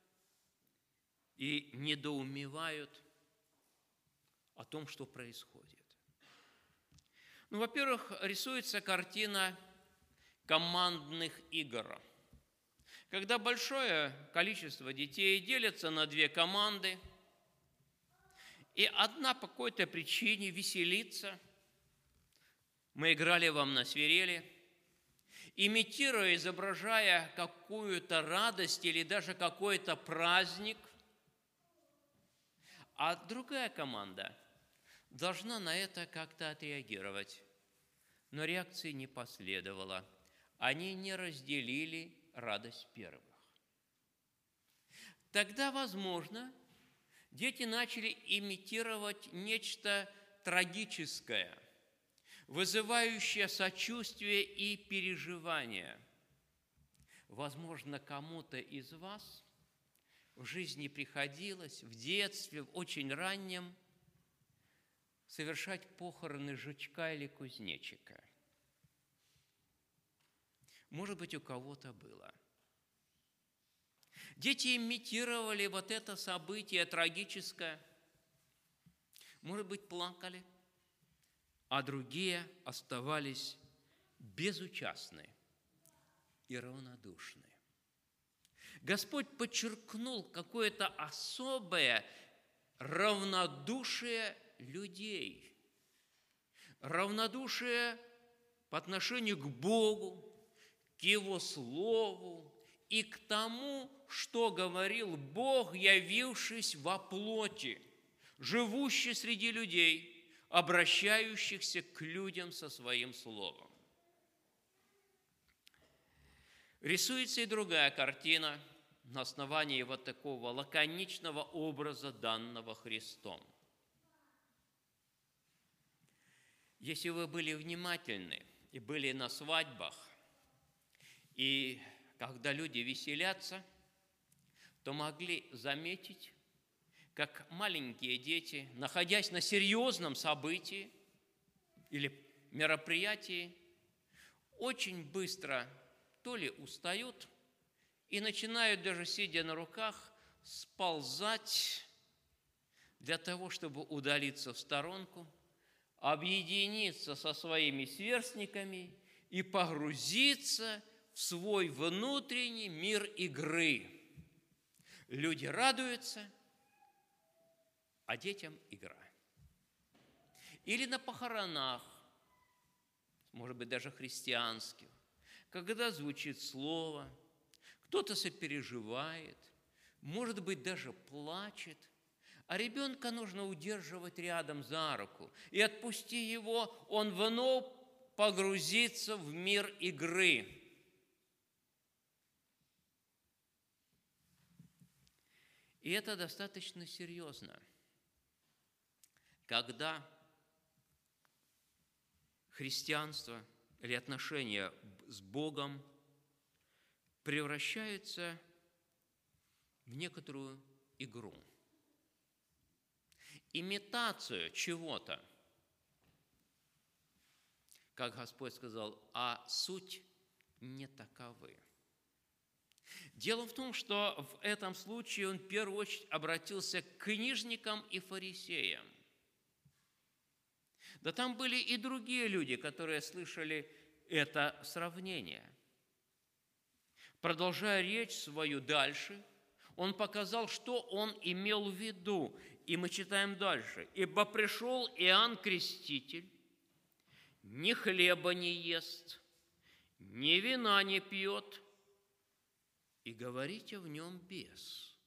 и недоумевают о том, что происходит. Ну, во-первых, рисуется картина командных игр. Когда большое количество детей делятся на две команды, и одна по какой-то причине веселится. Мы играли вам на свирели, имитируя, изображая какую-то радость или даже какой-то праздник, а другая команда должна на это как-то отреагировать. Но реакции не последовало. Они не разделили радость первых. Тогда, возможно, дети начали имитировать нечто трагическое, вызывающее сочувствие и переживание. Возможно, кому-то из вас в жизни приходилось в детстве, в очень раннем, совершать похороны жучка или кузнечика. Может быть, у кого-то было. Дети имитировали вот это событие трагическое, может быть, плакали, а другие оставались безучастны и равнодушны. Господь подчеркнул какое-то особое равнодушие людей, равнодушие по отношению к Богу, к Его Слову и к тому, что говорил Бог, явившись во плоти, живущий среди людей, обращающихся к людям со своим Словом. Рисуется и другая картина на основании вот такого лаконичного образа, данного Христом. Если вы были внимательны и были на свадьбах, и когда люди веселятся, то могли заметить, как маленькие дети, находясь на серьезном событии или мероприятии, очень быстро то ли устают и начинают, даже сидя на руках, сползать для того, чтобы удалиться в сторонку, объединиться со своими сверстниками и погрузиться в свой внутренний мир игры. Люди радуются, а детям игра. Или на похоронах, может быть, даже христианских, когда звучит слово, кто-то сопереживает, может быть, даже плачет, а ребенка нужно удерживать рядом за руку, и отпусти его, он вновь погрузится в мир игры. И это достаточно серьезно, когда христианство или отношения с Богом превращаются в некоторую игру, имитацию чего-то, как Господь сказал, а суть не таковы. Дело в том, что в этом случае Он в первую очередь обратился к книжникам и фарисеям. Да там были и другие люди, которые слышали это сравнение. Продолжая речь свою дальше, Он показал, что Он имел в виду. И мы читаем дальше. «Ибо пришел Иоанн Креститель, ни хлеба не ест, ни вина не пьет, и говорите в нем бес.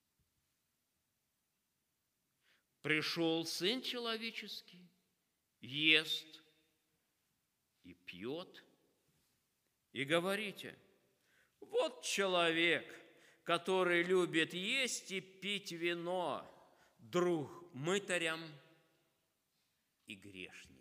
Пришел Сын Человеческий, ест и пьет, и говорите, вот человек, который любит есть и пить вино, друг мытарям и грешникам».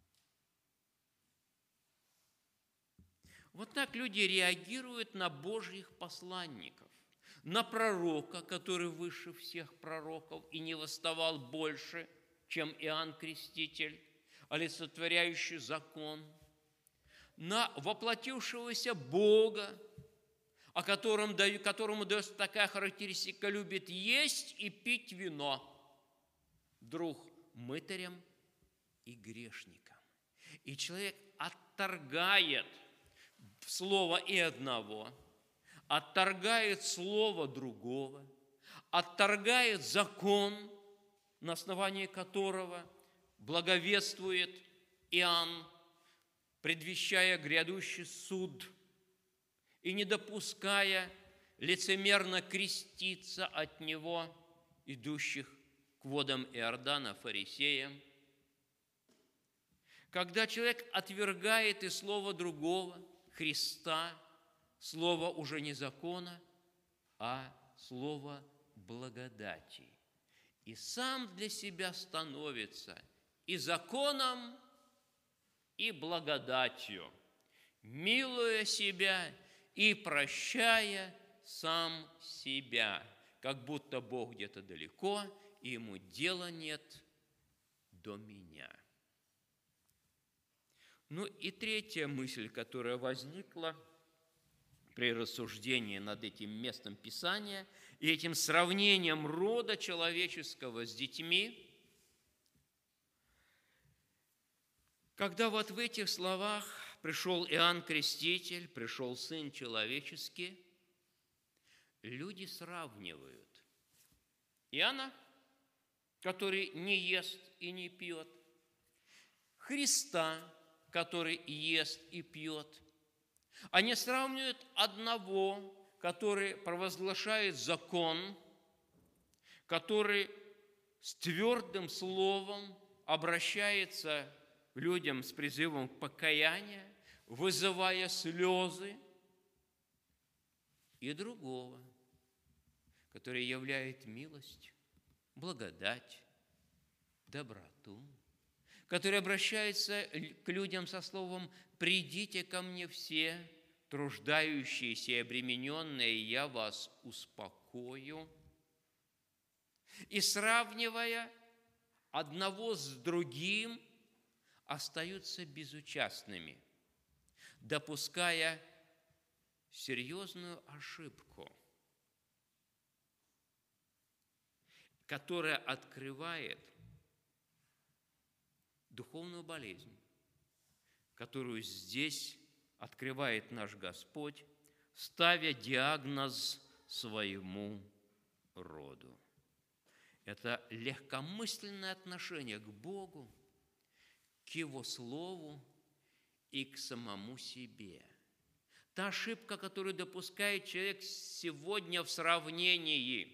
Вот так люди реагируют на Божьих посланников, на пророка, который выше всех пророков и не восставал больше, чем Иоанн Креститель, олицетворяющий закон, на воплотившегося Бога, о котором, которому дается такая характеристика: любит есть и пить вино, друг мытарям и грешникам. И человек отторгает слово и одного, отторгает слово другого, отторгает закон, на основании которого благовествует Иоанн, предвещая грядущий суд, и не допуская лицемерно креститься от него, идущих к водам Иордана фарисеям. Когда человек отвергает и слово другого, Христа, слово уже не закона, а слово благодати, и сам для себя становится и законом, и благодатью, милуя себя и прощая сам себя, как будто Бог где-то далеко, и ему дела нет до меня. Ну и третья мысль, которая возникла при рассуждении над этим местом Писания и этим сравнением рода человеческого с детьми, когда вот в этих словах пришел Иоанн Креститель, пришел Сын Человеческий, люди сравнивают Иоанна, который не ест и не пьет, Христа, который ест и пьет. Они сравнивают одного, который провозглашает закон, который с твердым словом обращается к людям с призывом к покаянию, вызывая слезы, и другого, который являет милость, благодать, доброту, который обращается к людям со словом «Придите ко мне все, труждающиеся и обремененные, я вас успокою». И сравнивая одного с другим, остаются безучастными. допуская серьезную ошибку, которая открывает духовную болезнь, которую здесь открывает наш Господь, ставя диагноз своему роду. Это легкомысленное отношение к Богу, к Его Слову и к самому себе. Та ошибка, которую допускает человек сегодня в сравнении,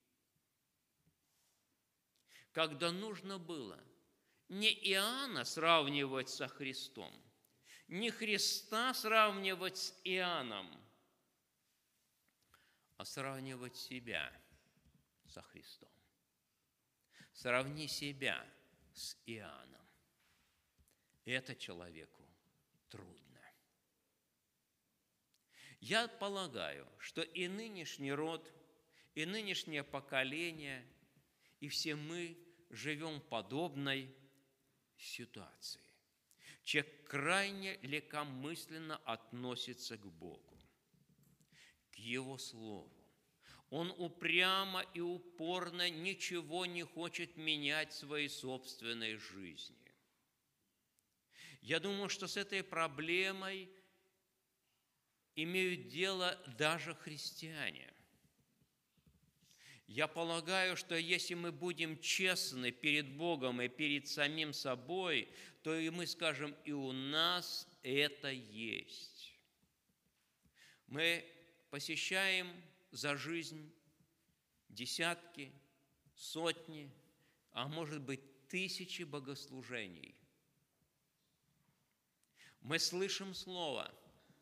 когда нужно было не Иоанна сравнивать со Христом, не Христа сравнивать с Иоанном, а сравнивать себя со Христом. Сравни себя с Иоанном. Это человеку трудно. Я полагаю, что и нынешний род, и нынешнее поколение, и все мы живем в подобной ситуации. Человек крайне легкомысленно относится к Богу, к Его Слову. Он упрямо и упорно ничего не хочет менять в своей собственной жизни. Я думаю, что с этой проблемой имеют дело даже христиане. Я полагаю, что если мы будем честны перед Богом и перед самим собой, то и мы скажем, и у нас это есть. Мы посещаем за жизнь десятки, сотни, а может быть тысячи богослужений. Мы слышим Слово,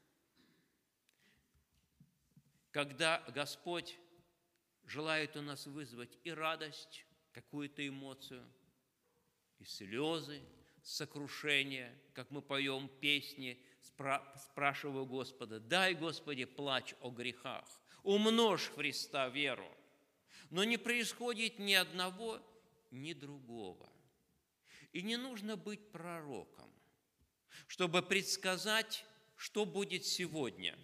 когда Господь желает у нас вызвать и радость, какую-то эмоцию, и слезы, сокрушение, как мы поем песни, спрашиваю Господа, дай, Господи, плач о грехах, умножь Христа веру. Но не происходит ни одного, ни другого. И не нужно быть пророком, чтобы предсказать, что будет сегодня.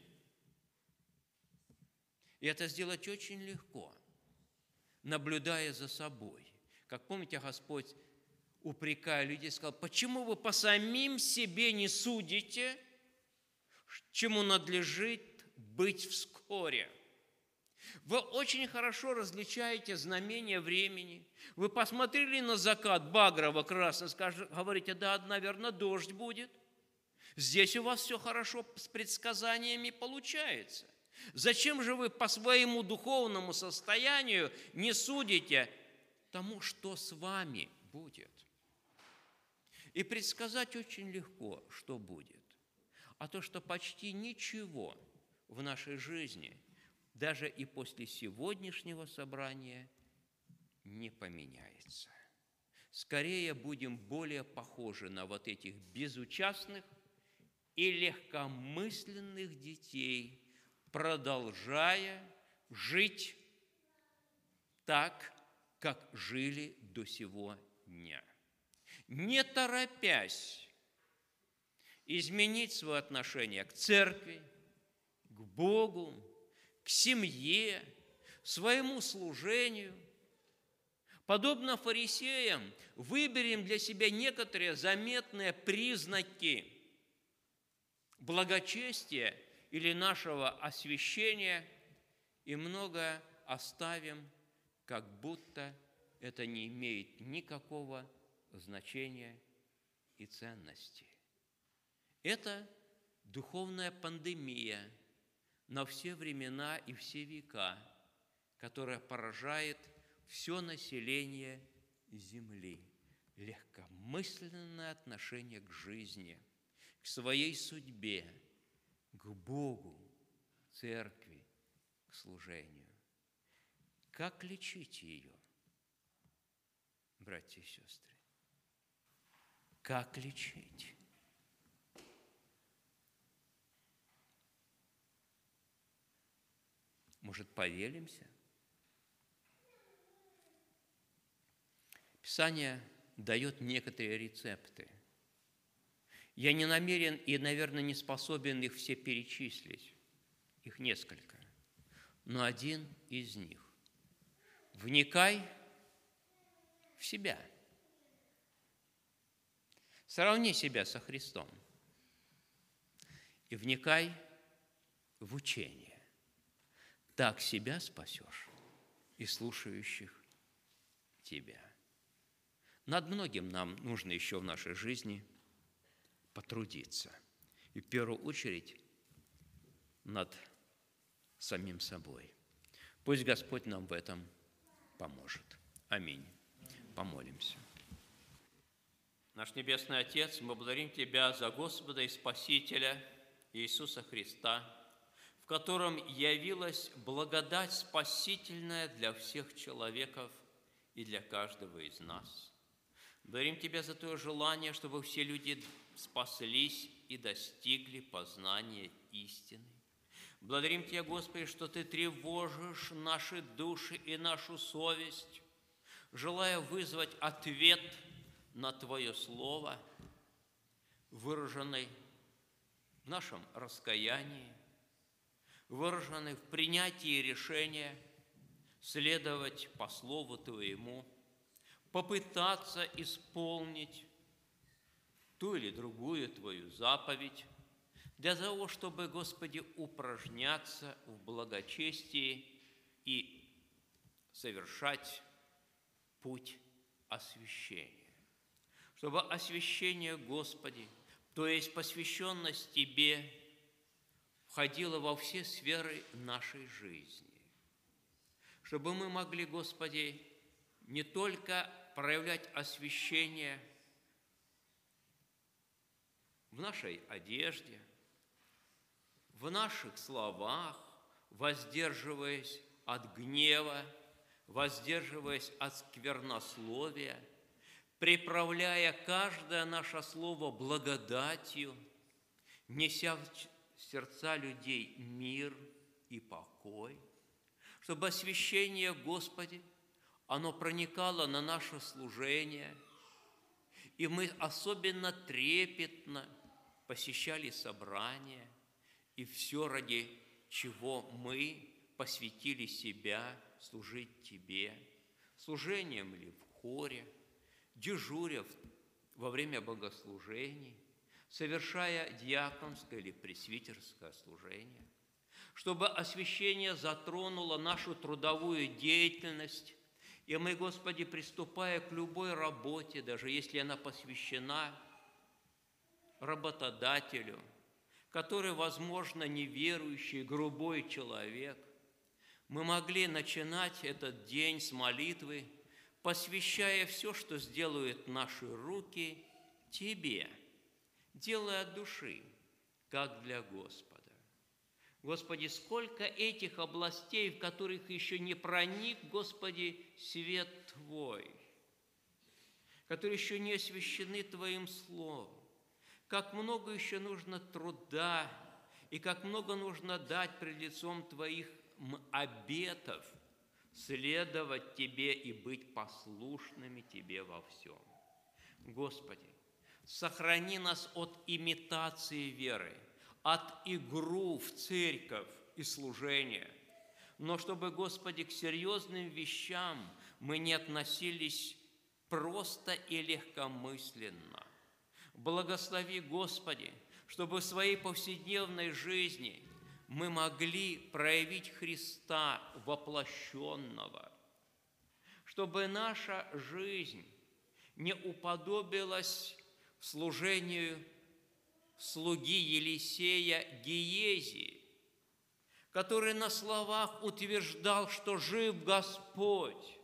И это сделать очень легко, наблюдая за собой. Как помните, Господь, упрекая людей, сказал, почему вы по самим себе не судите, чему надлежит быть вскоре? Вы очень хорошо различаете знамения времени. Вы посмотрели на закат багрово-красный, говорите, да, наверное, дождь будет. Здесь у вас все хорошо с предсказаниями получается. Зачем же вы по своему духовному состоянию не судите тому, что с вами будет? И предсказать очень легко, что будет. А то, что почти ничего в нашей жизни, даже и после сегодняшнего собрания, не поменяется. Скорее будем более похожи на вот этих безучастных и легкомысленных детей, продолжая жить так, как жили до сего дня. Не торопясь изменить свое отношение к церкви, к Богу, к семье, своему служению. Подобно фарисеям, выберем для себя некоторые заметные признаки благочестия или нашего освящения и многое оставим, как будто это не имеет никакого значения и ценности. Это духовная пандемия на все времена и все века, которая поражает все население земли. Легкомысленное отношение к жизни, к своей судьбе, к Богу, церкви, к служению. Как лечить ее, братья и сестры? Как лечить? Может, поделимся? Писание дает некоторые рецепты. Я не намерен и, наверное, не способен их все перечислить. Их несколько. Но один из них. Вникай в себя. Сравни себя со Христом. И вникай в учение. Так себя спасешь и слушающих тебя. Над многим нам нужно еще в нашей жизни потрудиться. И в первую очередь над самим собой. Пусть Господь нам в этом поможет. Аминь. Помолимся. Наш Небесный Отец, мы благодарим Тебя за Господа и Спасителя Иисуса Христа, в котором явилась благодать спасительная для всех человеков и для каждого из нас. Благодарим Тебя за Твое желание, чтобы все люди спаслись и достигли познания истины. Благодарим Тебя, Господи, что Ты тревожишь наши души и нашу совесть, желая вызвать ответ на Твое Слово, выраженный в нашем раскаянии, выраженный в принятии решения следовать по Слову Твоему, попытаться исполнить ту или другую Твою заповедь, для того, чтобы, Господи, упражняться в благочестии и совершать путь освящения. Чтобы освящение, Господи, то есть посвященность Тебе, входило во все сферы нашей жизни. Чтобы мы могли, Господи, не только проявлять освящение в нашей одежде, в наших словах, воздерживаясь от гнева, воздерживаясь от сквернословия, приправляя каждое наше слово благодатью, неся в сердца людей мир и покой, чтобы освящение, Господи, оно проникало на наше служение, и мы особенно трепетно посещали собрания, и все, ради чего мы посвятили себя служить Тебе, служением ли в хоре, дежуря во время богослужений, совершая диаконское или пресвитерское служение, чтобы освящение затронуло нашу трудовую деятельность, и мы, Господи, приступая к любой работе, даже если она посвящена работодателю, который, возможно, неверующий, грубой человек, мы могли начинать этот день с молитвы, посвящая все, что сделают наши руки, Тебе, делая от души, как для Господа. Господи, сколько этих областей, в которых еще не проник, Господи, свет Твой, которые еще не освящены Твоим Словом. Как много еще нужно труда и как много нужно дать пред лицом Твоих обетов, следовать Тебе и быть послушными Тебе во всем. Господи, сохрани нас от имитации веры, от игру в церковь и служение, но чтобы, Господи, к серьезным вещам мы не относились просто и легкомысленно. Благослови, Господи, чтобы в своей повседневной жизни мы могли проявить Христа воплощенного, чтобы наша жизнь не уподобилась служению слуги Елисея Гиези, который на словах утверждал, что жив Господь,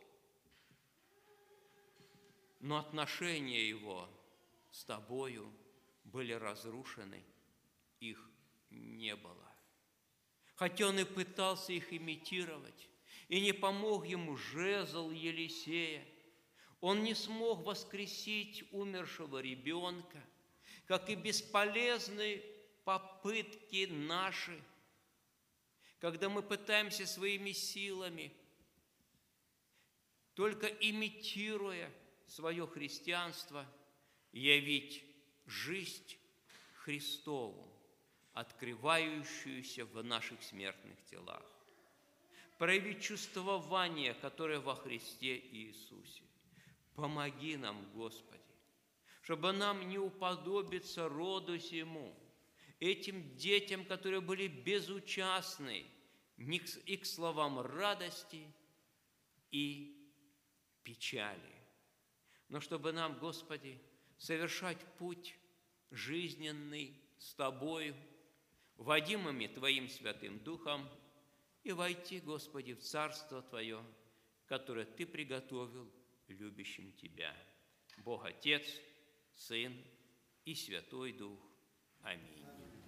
но отношения его с Тобою были разрушены, их не было. Хотя он и пытался их имитировать, и не помог ему жезл Елисея, он не смог воскресить умершего ребенка, как и бесполезны попытки наши, когда мы пытаемся своими силами, только имитируя свое христианство, явить жизнь Христову, открывающуюся в наших смертных телах. Прояви чувствование, которое во Христе Иисусе. Помоги нам, Господи, чтобы нам не уподобиться роду сему, этим детям, которые были безучастны и к словам радости, и печали. Но чтобы нам, Господи, совершать путь жизненный с Тобою, водимыми Твоим Святым Духом, и войти, Господи, в Царство Твое, которое Ты приготовил любящим Тебя. Бог Отец, Сын и Святой Дух. Аминь.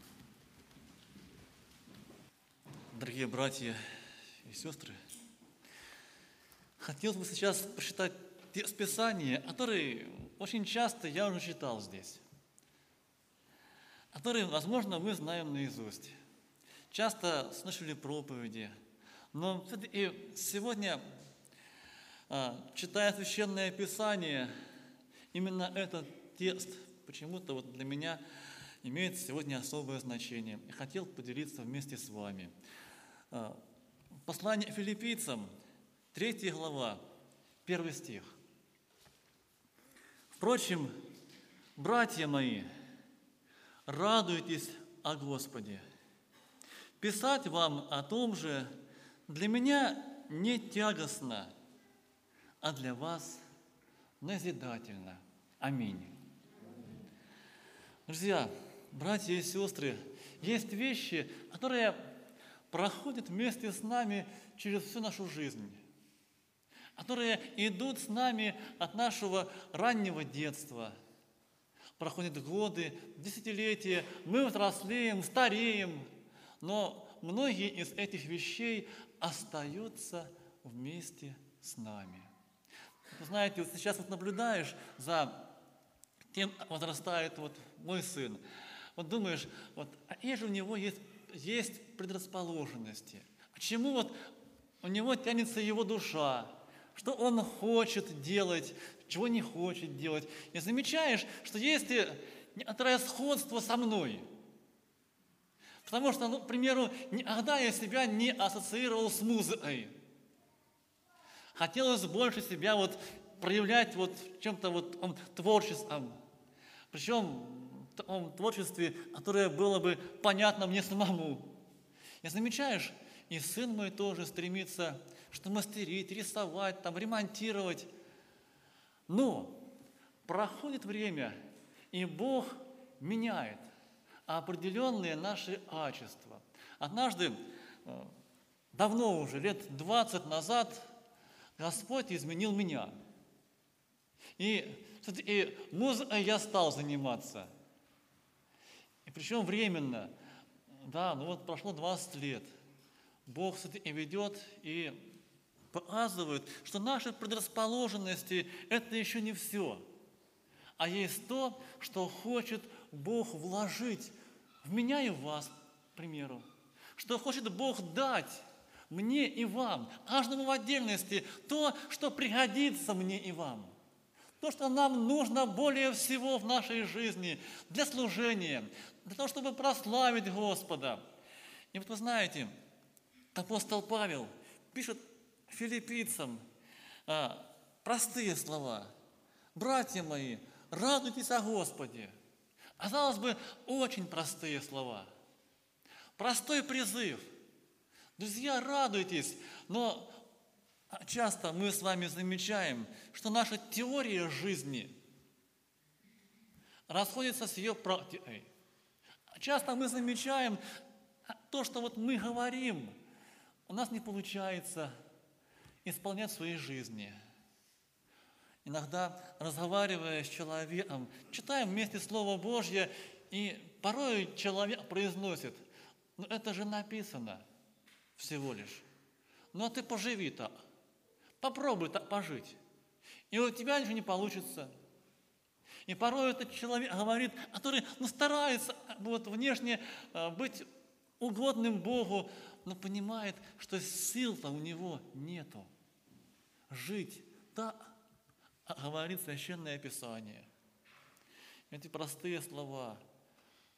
Дорогие братья и сестры, хотелось бы сейчас прочитать те Писания, которые очень часто я уже читал здесь, которые, возможно, мы знаем наизусть. Часто слышали проповеди, но и сегодня, читая Священное Писание, именно этот текст почему-то вот для меня имеет сегодня особое значение. И хотел поделиться вместе с вами. Послание Филиппийцам, третья глава, первый стих. «Впрочем, братья мои, радуйтесь о Господе. Писать вам о том же для меня не тягостно, а для вас назидательно». Аминь. Друзья, братья и сестры, есть вещи, которые проходят вместе с нами через всю нашу жизнь, которые идут с нами от нашего раннего детства. Проходят годы, десятилетия, мы взрослеем, стареем, но многие из этих вещей остаются вместе с нами. Вы знаете, вот сейчас вот наблюдаешь за тем, возрастает вот мой сын. Вот думаешь, вот, а какие же у него есть, есть предрасположенности? К чему вот у него тянется его душа? Что он хочет делать, чего не хочет делать? И замечаешь, что есть некоторое сходство со мной. Потому что, ну, к примеру, никогда я себя не ассоциировал с музыкой. Хотелось больше себя вот проявлять вот чем-то вот творчеством. Причем в таком творчестве, которое было бы понятно мне самому. И замечаешь, и сын мой тоже стремится что мастерить, рисовать, там, ремонтировать. Но проходит время, и Бог меняет определенные наши качества. Однажды, давно уже, лет двадцать назад, Господь изменил меня. И, и музыкой я стал заниматься. И причем временно. Да, ну вот прошло двадцать лет. Бог и ведет, и показывает, что наши предрасположенности – это еще не все. А есть то, что хочет Бог вложить в меня и в вас, к примеру. Что хочет Бог дать мне и вам, каждому в отдельности, то, что пригодится мне и вам. То, что нам нужно более всего в нашей жизни для служения, для того, чтобы прославить Господа. И вот вы знаете, апостол Павел пишет филиппийцам а, простые слова. «Братья мои, радуйтесь о Господе». Казалось бы, очень простые слова. Простой призыв. Друзья, радуйтесь, но часто мы с вами замечаем, что наша теория жизни расходится с ее практикой. Часто мы замечаем то, что вот мы говорим, у нас не получается исполнять в своей жизни. Иногда, разговаривая с человеком, читаем вместе Слово Божье, и порой человек произносит: ну это же написано всего лишь. Ну а ты поживи так, попробуй так пожить, и у тебя ничего не получится. И порой этот человек говорит, который ну, старается вот, внешне быть угодным Богу, но понимает, что сил-то у него нету. Жить так, говорит Священное Писание. Эти простые слова.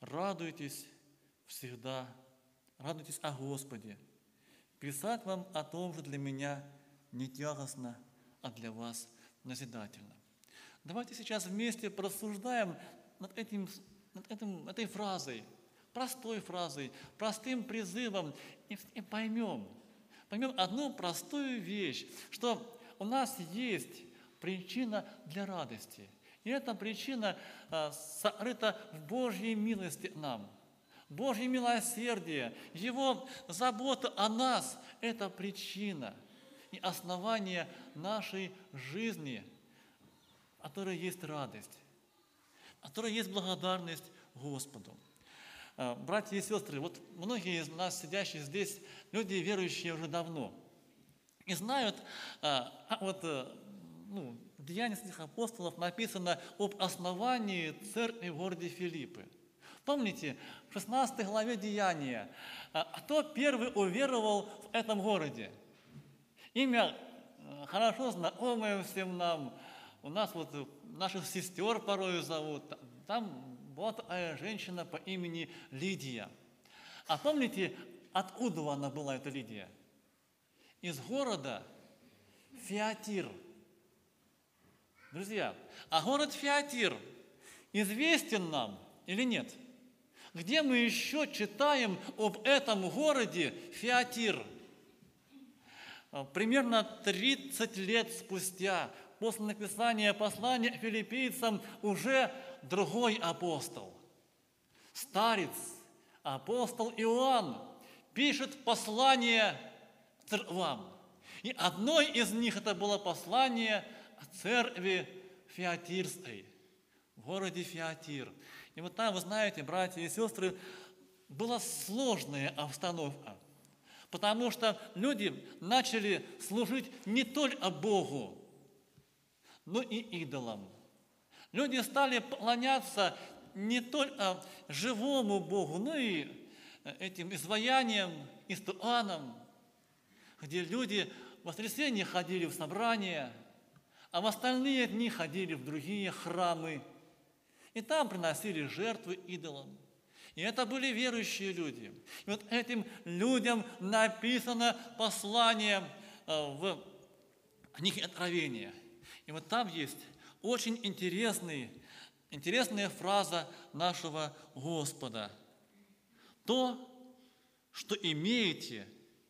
радуйтесь всегда, радуйтесь о Господе. Писать вам о том же для меня не тягостно, а для вас назидательно. Давайте сейчас вместе порассуждаем над, этим, над этим, этой фразой, простой фразой, простым призывом, и, и поймем, поймем одну простую вещь, что у нас есть причина для радости. И эта причина а, сокрыта в Божьей милости нам. Божье милосердие, Его забота о нас – это причина и основание нашей жизни, в которой есть радость, в которой есть благодарность Господу. Братья и сестры, вот многие из нас, сидящие здесь, люди, верующие уже давно, и знают, а вот ну, в Деяниях святых апостолов написано об основании церкви в городе Филиппы. Помните, в шестнадцатой главе Деяния, кто первый уверовал в этом городе? Имя хорошо знакомое всем нам. У нас вот наших сестер порой зовут. Там была такая женщина по имени Лидия. А помните, откуда она была, эта Лидия? Из города Фиатир. Друзья, а город Фиатир известен нам или нет? Где мы еще читаем об этом городе Фиатир? Примерно тридцать лет спустя, после написания послания филиппийцам, уже другой апостол, старец, апостол Иоанн, пишет послание церквам. И одной из них это было послание о церкви Фиатирской, в городе Фиатир. И вот там, вы знаете, братья и сестры, была сложная обстановка, потому что люди начали служить не только Богу, но и идолам. Люди стали поклоняться не только живому Богу, но и этим изваяниям, истуканам, где люди в воскресенье ходили в собрания, а в остальные дни ходили в другие храмы, и там приносили жертвы идолам. И это были верующие люди. И вот этим людям написано послание в книге Откровения. И вот там есть очень интересный, интересная фраза нашего Господа. То, что имеете,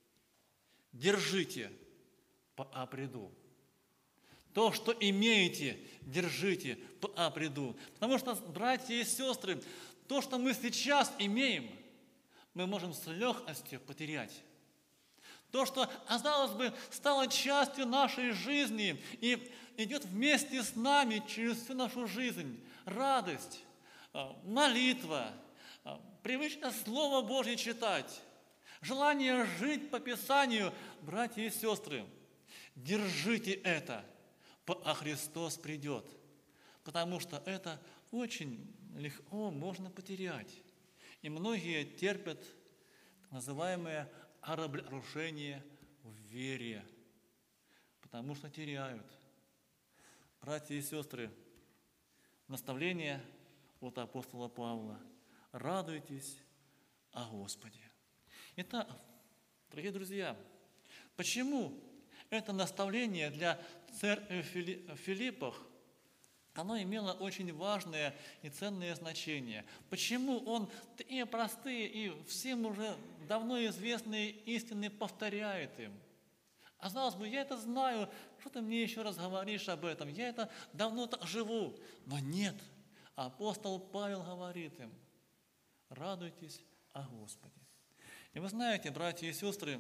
держите, пока приду. То, что имеете, держите, пока приду. Потому что, братья и сестры, то, что мы сейчас имеем, мы можем с легкостью потерять. То, что, казалось бы, стало частью нашей жизни и идет вместе с нами через всю нашу жизнь. Радость, молитва, привычка Слово Божье читать, желание жить по Писанию. Братья и сестры, держите это, пока Христос придет, потому что это очень легко можно потерять. И многие терпят так называемое обрушение в вере, потому что теряют. Братья и сестры, наставление от апостола Павла: радуйтесь о Господе. Итак, дорогие друзья, почему это наставление для церкви в Филиппах, оно имело очень важное и ценное значение? Почему он такие простые и всем уже давно известные истины повторяет им? Казалось бы, я это знаю, что ты мне еще раз говоришь об этом, я это давно так живу. Но нет, апостол Павел говорит им: радуйтесь о Господе. И вы знаете, братья и сестры,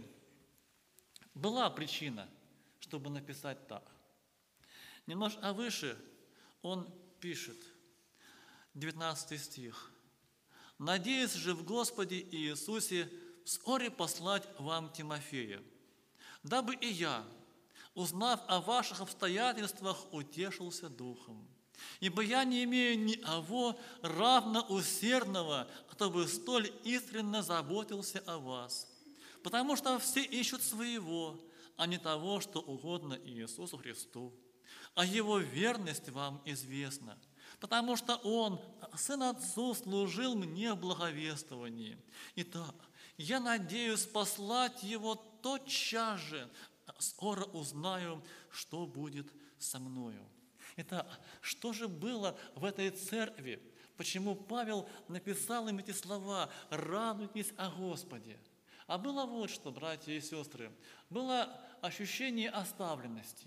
была причина, чтобы написать так. Немножко выше он пишет, девятнадцатый стих: «Надеюсь же в Господе Иисусе вскоре послать вам Тимофея, дабы и я, узнав о ваших обстоятельствах, утешился духом. Ибо я не имею ни того равноусердного, кто бы столь искренне заботился о вас. Потому что все ищут своего, а не того, что угодно Иисусу Христу. А Его верность вам известна. потому что Он, Сын Отцу, служил мне в благовествовании. Итак, я надеюсь послать Его тотчас же, скоро узнаю, что будет со мною». Итак, что же было в этой церкви? Почему Павел написал им эти слова «Радуйтесь о Господе»? А было вот что, братья и сестры, было ощущение оставленности.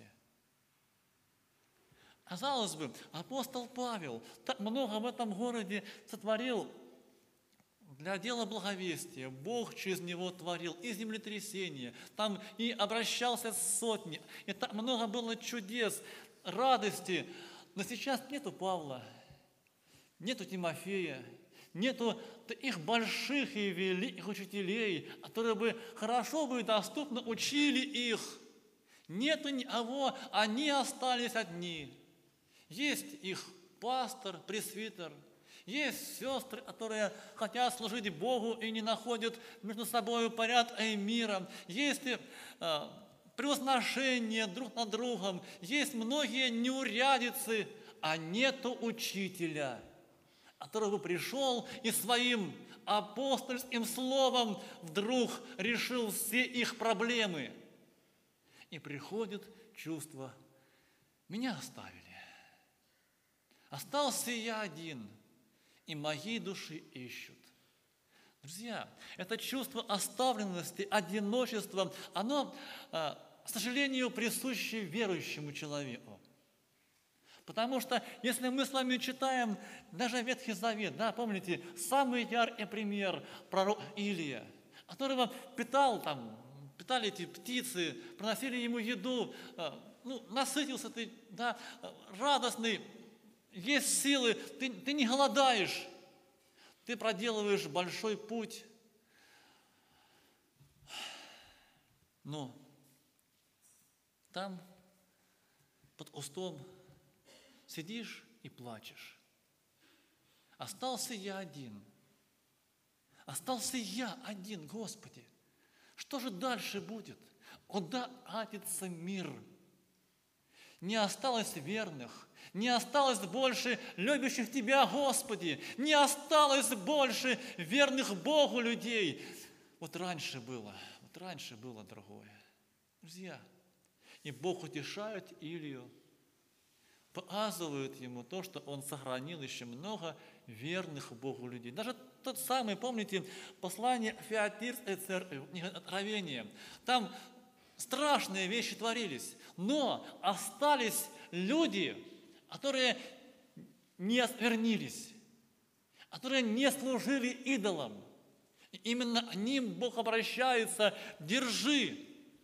Казалось бы, апостол Павел так много в этом городе сотворил для дела благовестия. Бог через него творил и землетрясения, там и обращался с сотней, и так много было чудес, радости. Но сейчас нету Павла, нету Тимофея, нету таких больших и великих учителей, которые бы хорошо бы и доступно учили их. Нету никого, они остались одни. Есть их пастор, пресвитер, есть сестры, которые хотят служить Богу и не находят между собой порядка и мира. Есть э, превозношение друг над другом, есть многие неурядицы, а нету учителя, который бы пришел и своим апостольским словом вдруг решил все их проблемы. И приходит чувство: меня оставили. Остался я один, и моей души ищут. Друзья, это чувство оставленности, одиночества, оно, к сожалению, присуще верующему человеку. Потому что, если мы с вами читаем даже Ветхий Завет, да, помните, самый яркий пример пророк Илия, которого питал там, питали эти птицы, приносили ему еду, ну, насытился ты, да, радостный, есть силы, ты, ты не голодаешь, ты проделываешь большой путь. Но там под кустом сидишь и плачешь. Остался я один. Остался я один, Господи. Что же дальше будет? Куда катится мир? Не осталось верных, не осталось больше любящих Тебя, Господи, не осталось больше верных Богу людей. Вот раньше было, вот раньше было другое. Друзья, и Бог утешает Илью, показывает ему то, что он сохранил еще много верных Богу людей. Даже тот самый, помните, послание Фиатирской церкви, Откровение, там страшные вещи творились, но остались люди, которые не осквернились, которые не служили идолам. И именно к ним Бог обращается: держи,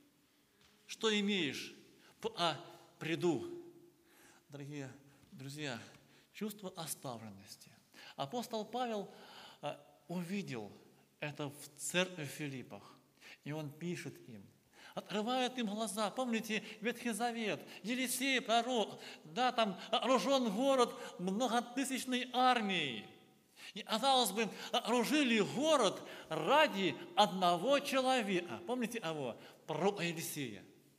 что имеешь, а приду. Дорогие друзья, чувство оставленности. Апостол Павел увидел это в церкви в Филиппах, и он пишет им, открывает им глаза. Помните Ветхий Завет, Елисей, пророк, да, там окружен город многотысячной армией. И, казалось бы, окружили город ради одного человека. Помните его? Пророка Елисея.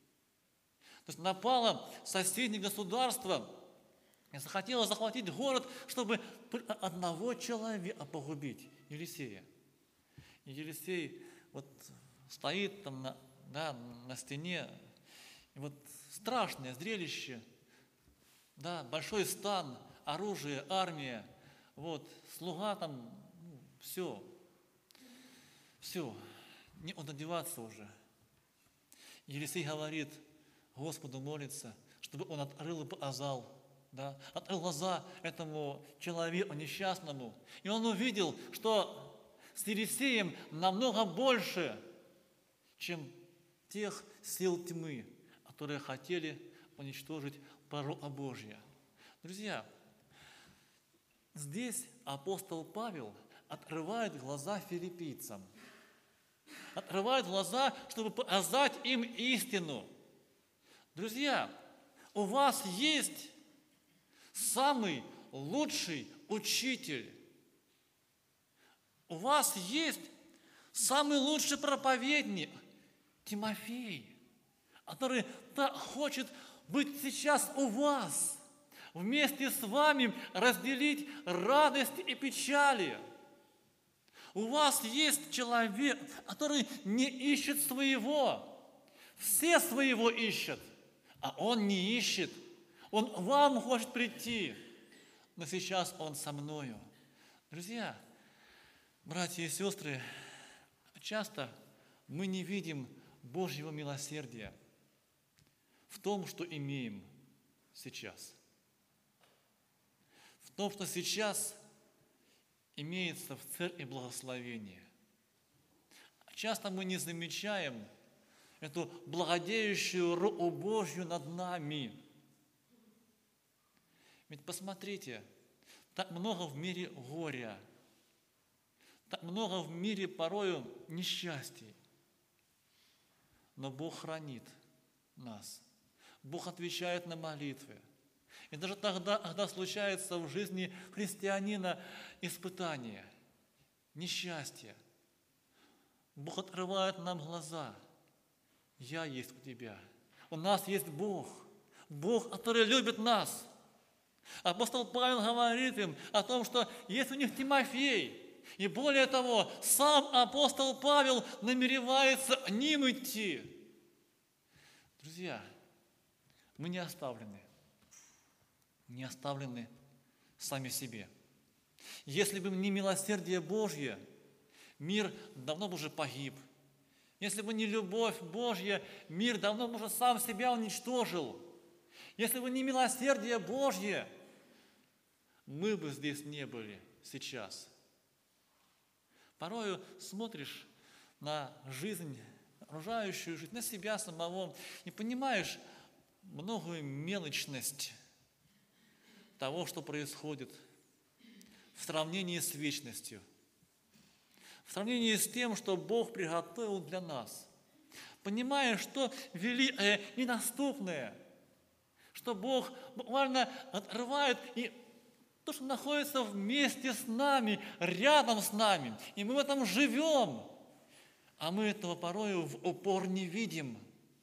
То есть напало соседнее государство и захотело захватить город, чтобы одного человека погубить, Елисея. И Елисей вот стоит там на Да, на стене, и вот страшное зрелище, да, большой стан, оружие, армия, вот, слуга там, ну, все, все, не одеваться уже. Елисей говорит, Господу молится, чтобы он открыл и показал, да, открыл глаза этому человеку несчастному, и он увидел, что с Елисеем намного больше, чем тех сил тьмы, которые хотели уничтожить пророка Божия. Друзья, здесь апостол Павел открывает глаза филиппийцам, открывает глаза, чтобы показать им истину. Друзья, у вас есть самый лучший учитель, у вас есть самый лучший проповедник, Тимофей, который так хочет быть сейчас у вас, вместе с вами разделить радости и печали. У вас есть человек, который не ищет своего. Все своего ищут, а он не ищет. Он вам хочет прийти, но сейчас он со мною. Друзья, братья и сестры, часто мы не видим Божьего милосердия в том, что имеем сейчас. В том, что сейчас имеется в церкви благословение. Часто мы не замечаем эту благодеющую руку Божью над нами. Ведь посмотрите, так много в мире горя, так много в мире порою несчастий. Но Бог хранит нас. Бог отвечает на молитвы. И даже тогда, когда случается в жизни христианина испытание, несчастье, Бог открывает нам глаза. Я есть у тебя. У нас есть Бог. Бог, который любит нас. Апостол Павел говорит им о том, что есть у них Тимофей. И более того, сам апостол Павел намеревается к ним идти. Друзья, мы не оставлены. Не оставлены сами себе. Если бы не милосердие Божье, мир давно бы уже погиб. Если бы не любовь Божья, мир давно бы уже сам себя уничтожил. Если бы не милосердие Божье, мы бы здесь не были сейчас. Порою смотришь на жизнь, окружающую жизнь, на себя самого, и понимаешь многую мелочность того, что происходит в сравнении с вечностью, в сравнении с тем, что Бог приготовил для нас. Понимаешь, что великое и недоступное, что Бог буквально открывает и то, что находится вместе с нами, рядом с нами, и мы в этом живем, а мы этого порою в упор не видим.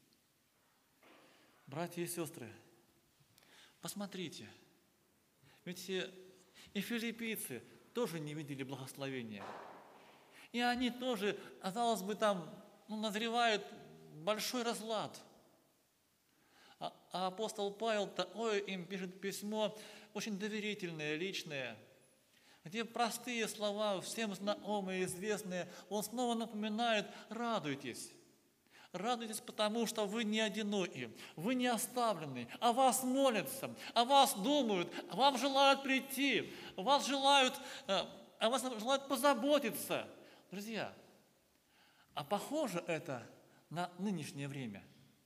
Братья и сестры, посмотрите, ведь и филиппийцы тоже не видели благословения. И они тоже, казалось бы, там ну, назревает большой разлад. А, а апостол Павел такое им пишет письмо, очень доверительное, личное, где простые слова, всем знакомые, известные, он снова напоминает: радуйтесь. Радуйтесь, потому что вы не одиноки, вы не оставлены, о вас молятся, о вас думают, вам желают прийти, вас желают, о вас желают позаботиться. Друзья, а похоже это на нынешнее время?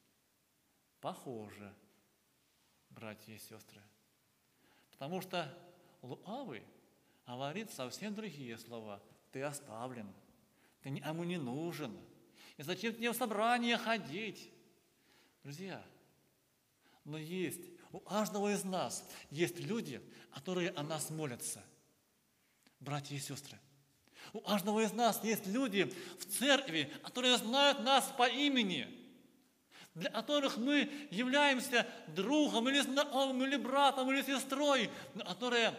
Похоже, братья и сестры. Потому что лукавый говорит совсем другие слова. Ты оставлен, ты никому не нужен. И зачем тебе в собрание ходить? Друзья, но есть, у каждого из нас есть люди, которые о нас молятся. Братья и сестры, у каждого из нас есть люди в церкви, которые знают нас по имени, для которых мы являемся другом, или знакомым, или братом, или сестрой, которые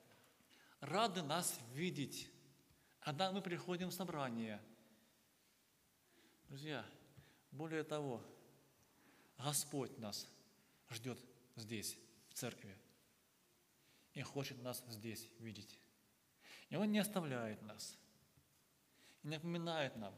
рады нас видеть, когда мы приходим в собрание. Друзья, более того, Господь нас ждет здесь, в церкви, и хочет нас здесь видеть. И Он не оставляет нас, и напоминает нам: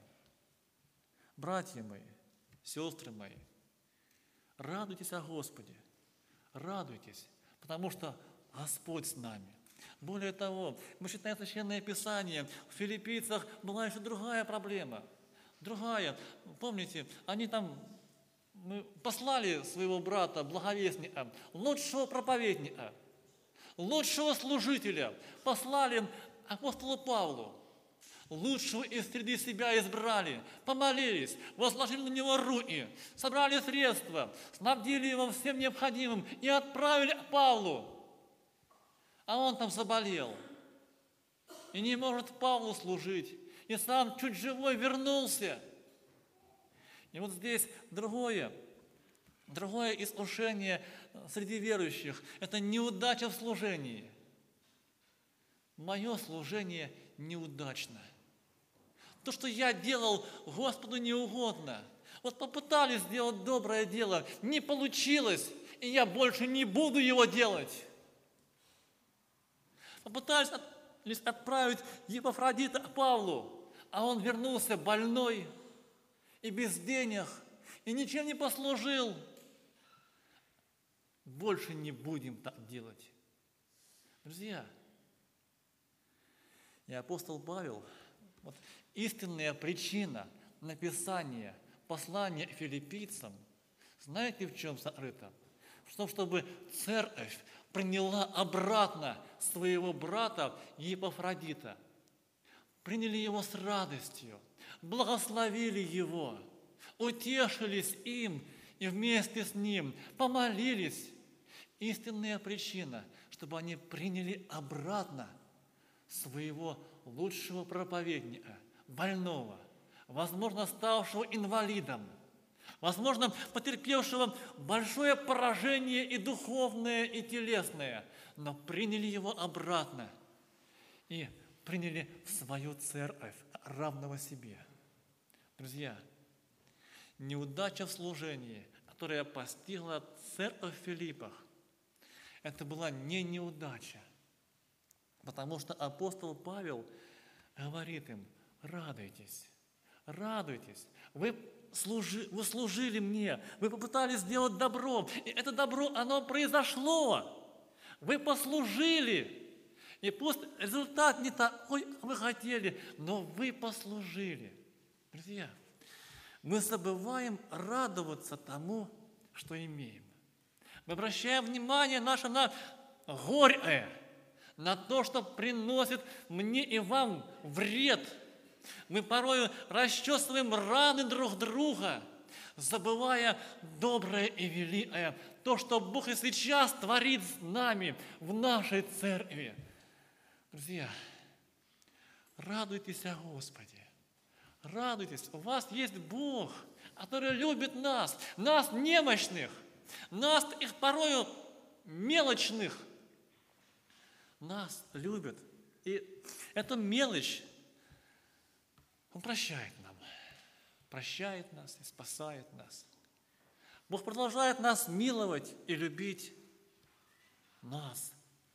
братья мои, сестры мои, радуйтесь о Господе, радуйтесь, потому что Господь с нами. Более того, мы читаем Священное Писание, в филиппийцах была еще другая проблема. Другая. Помните, они там мы послали своего брата, благовестника, лучшего проповедника, лучшего служителя, послали апостолу Павлу. Лучшего из среди себя избрали, помолились, возложили на него руки, собрали средства, снабдили его всем необходимым и отправили к Павлу. А он там заболел и не может Павлу служить, и сам чуть живой вернулся. И вот здесь другое. Другое искушение среди верующих – это неудача в служении. Мое служение неудачно. То, что я делал, Господу не угодно. Вот попытались сделать доброе дело, не получилось, и я больше не буду его делать. Попытались отправить Епафродита к Павлу, а он вернулся больной и без денег, и ничем не послужил. Больше не будем так делать. Друзья, и апостол Павел, вот истинная причина написания послания филиппийцам, знаете, в чем сокрыта? В том, чтобы церковь приняла обратно своего брата Епафродита. Приняли его с радостью, благословили его, утешились им и вместе с ним помолились. Истинная причина, чтобы они приняли обратно своего лучшего проповедника, больного, возможно, ставшего инвалидом, возможно, потерпевшего большое поражение и духовное, и телесное, но приняли его обратно и приняли в свою церковь, равного себе. Друзья, неудача в служении, которая постигла церковь в Филиппах, это была не неудача, потому что апостол Павел говорит им: радуйтесь, радуйтесь, вы, служи, вы служили мне, вы попытались сделать добро, и это добро, оно произошло, вы послужили, и пусть результат не такой, как вы хотели, но вы послужили. Друзья, мы забываем радоваться тому, что имеем. Мы обращаем внимание наше на горькое, на то, что приносит мне и вам вред. Мы порой расчесываем раны друг друга, забывая доброе и великое, то, что Бог и сейчас творит с нами в нашей церкви. Друзья, радуйтесь о Господе, радуйтесь, у вас есть Бог, который любит нас, нас немощных, нас их порою мелочных, нас любит. И эту мелочь Он прощает нам, прощает нас и спасает нас. Бог продолжает нас миловать и любить нас,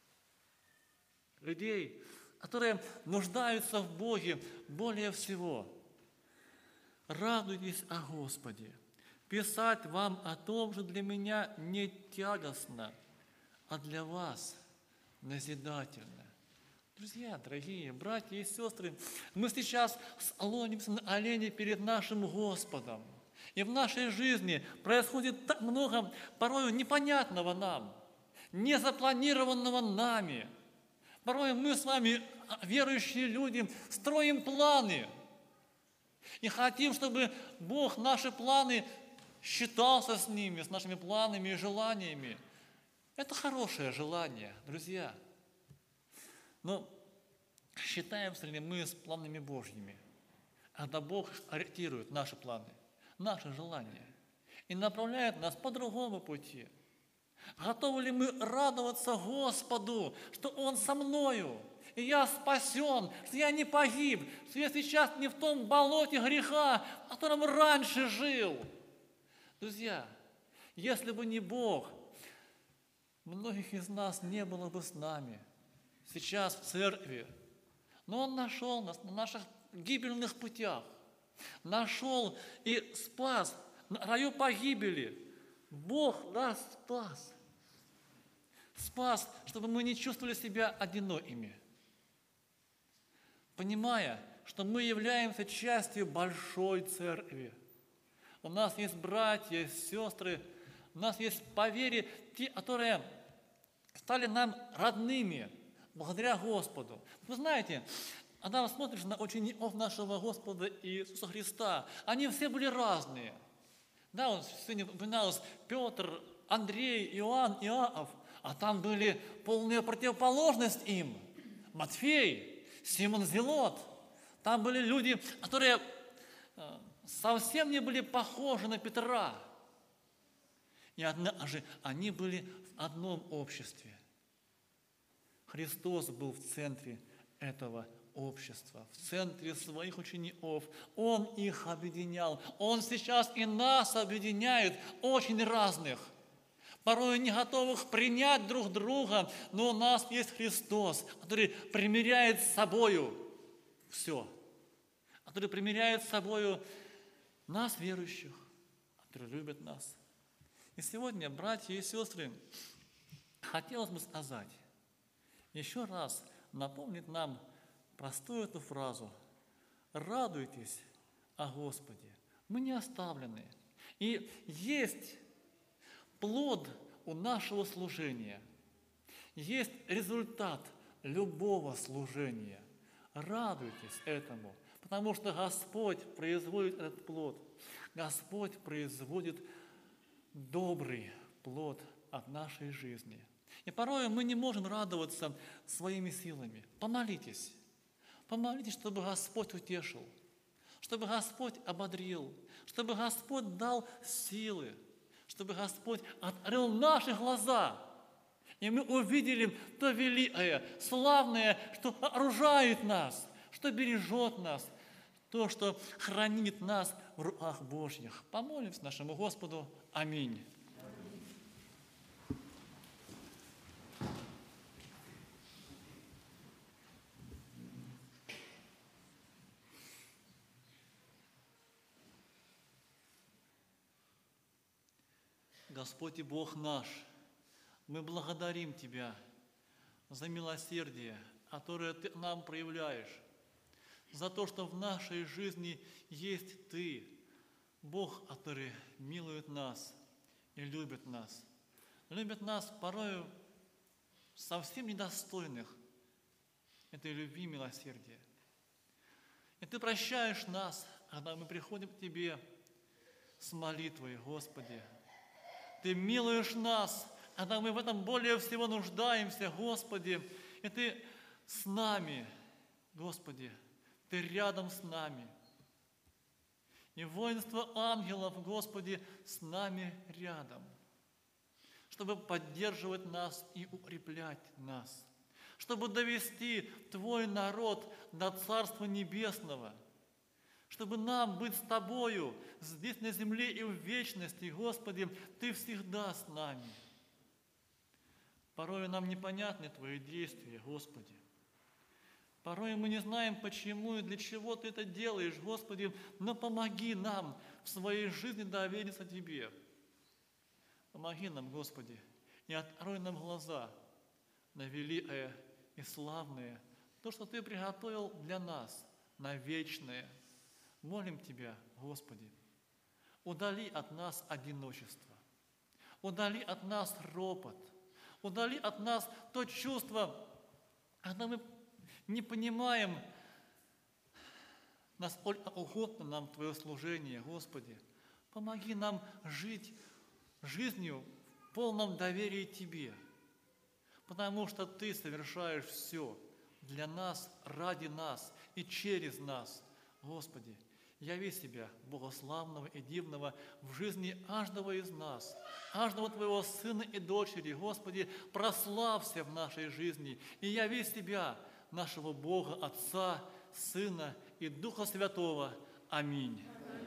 людей, которые нуждаются в Боге более всего. Радуйтесь о Господе. Писать вам о том же для меня не тягостно, а для вас назидательно. Друзья, дорогие братья и сестры, мы сейчас склонимся на колени перед нашим Господом. И в нашей жизни происходит так много порою непонятного нам, незапланированного нами. Порой мы с вами, верующие люди, строим планы и хотим, чтобы Бог наши планы считался с ними, с нашими планами и желаниями. Это хорошее желание, друзья. Но считаемся ли мы с планами Божьими? Когда Бог корректирует наши планы, наши желания и направляет нас по другому пути. Готовы ли мы радоваться Господу, что Он со мною, и я спасен, что я не погиб, что я сейчас не в том болоте греха, в котором раньше жил? Друзья, если бы не Бог, многих из нас не было бы с нами сейчас в церкви. Но Он нашел нас на наших гибельных путях, нашел и спас на краю погибели. Бог нас спас. Спас, чтобы мы не чувствовали себя одинокими. Понимая, что мы являемся частью большой церкви. У нас есть братья, есть сестры, у нас есть по вере те, которые стали нам родными благодаря Господу. Вы знаете, когда смотришь на учеников нашего Господа Иисуса Христа, они все были разные. Да, вот сегодня упоминалось Петр, Андрей, Иоанн, Иаков, а там были полная противоположность им. Матфей, Симон Зелот. Там были люди, которые совсем не были похожи на Петра. И однажды они были в одном обществе. Христос был в центре этого общества, в центре своих учеников. Он их объединял. Он сейчас и нас объединяет, очень разных, порой не готовых принять друг друга, но у нас есть Христос, который примиряет с собою все, который примиряет с собою нас, верующих, который любит нас. И сегодня, братья и сестры, хотелось бы сказать, еще раз напомнить нам простую эту фразу: «Радуйтесь о Господе, мы не оставлены». И есть плод у нашего служения, есть результат любого служения. Радуйтесь этому, потому что Господь производит этот плод. Господь производит добрый плод от нашей жизни. И порой мы не можем радоваться своими силами. Помолитесь. Помолитесь, чтобы Господь утешил, чтобы Господь ободрил, чтобы Господь дал силы, чтобы Господь открыл наши глаза, и мы увидели то великое, славное, что окружает нас, что бережет нас, то, что хранит нас в руках Божьих. Помолимся нашему Господу. Аминь. Господь и Бог наш, мы благодарим Тебя за милосердие, которое Ты нам проявляешь, за то, что в нашей жизни есть Ты, Бог, который милует нас и любит нас. Любит нас порою совсем недостойных этой любви и милосердия. И Ты прощаешь нас, когда мы приходим к Тебе с молитвой, Господи. Ты милуешь нас, когда мы в этом более всего нуждаемся, Господи. И Ты с нами, Господи, Ты рядом с нами. И воинство ангелов, Господи, с нами рядом, чтобы поддерживать нас и укреплять нас, чтобы довести Твой народ до Царства Небесного, чтобы нам быть с Тобою здесь на земле и в вечности, Господи, Ты всегда с нами. Порой нам непонятны Твои действия, Господи. Порой мы не знаем, почему и для чего Ты это делаешь, Господи, но помоги нам в своей жизни довериться Тебе. Помоги нам, Господи, и открой нам глаза на великое и славное, то, что Ты приготовил для нас, на вечное. Молим Тебя, Господи, удали от нас одиночество, удали от нас ропот, удали от нас то чувство, когда мы не понимаем, насколько угодно нам Твое служение, Господи. Помоги нам жить жизнью в полном доверии Тебе, потому что Ты совершаешь все для нас, ради нас и через нас, Господи. Яви себя, богославного и дивного, в жизни каждого из нас, каждого Твоего сына и дочери, Господи, прославься в нашей жизни и яви себя, нашего Бога, Отца, Сына и Духа Святого. Аминь.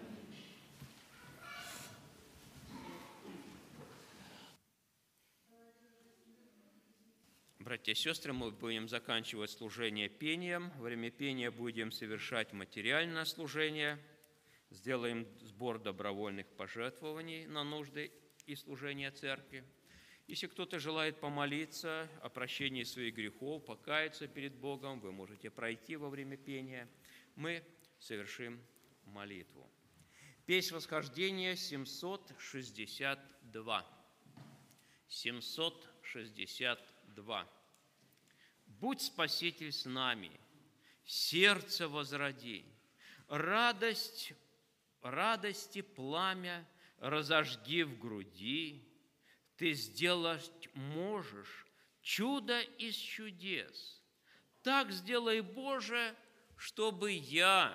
Братья и сестры, мы будем заканчивать служение пением. Во время пения будем совершать материальное служение. Сделаем сбор добровольных пожертвований на нужды и служение церкви. Если кто-то желает помолиться о прощении своих грехов, покаяться перед Богом, вы можете пройти во время пения. Мы совершим молитву. Песнь восхождения семьсот шестьдесят два. семьсот шестьдесят два. Будь, Спаситель, с нами, сердце возроди, радость, радости пламя разожги в груди, Ты сделать можешь чудо из чудес. Так сделай, Боже, чтобы я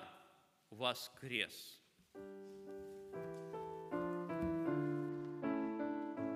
воскрес.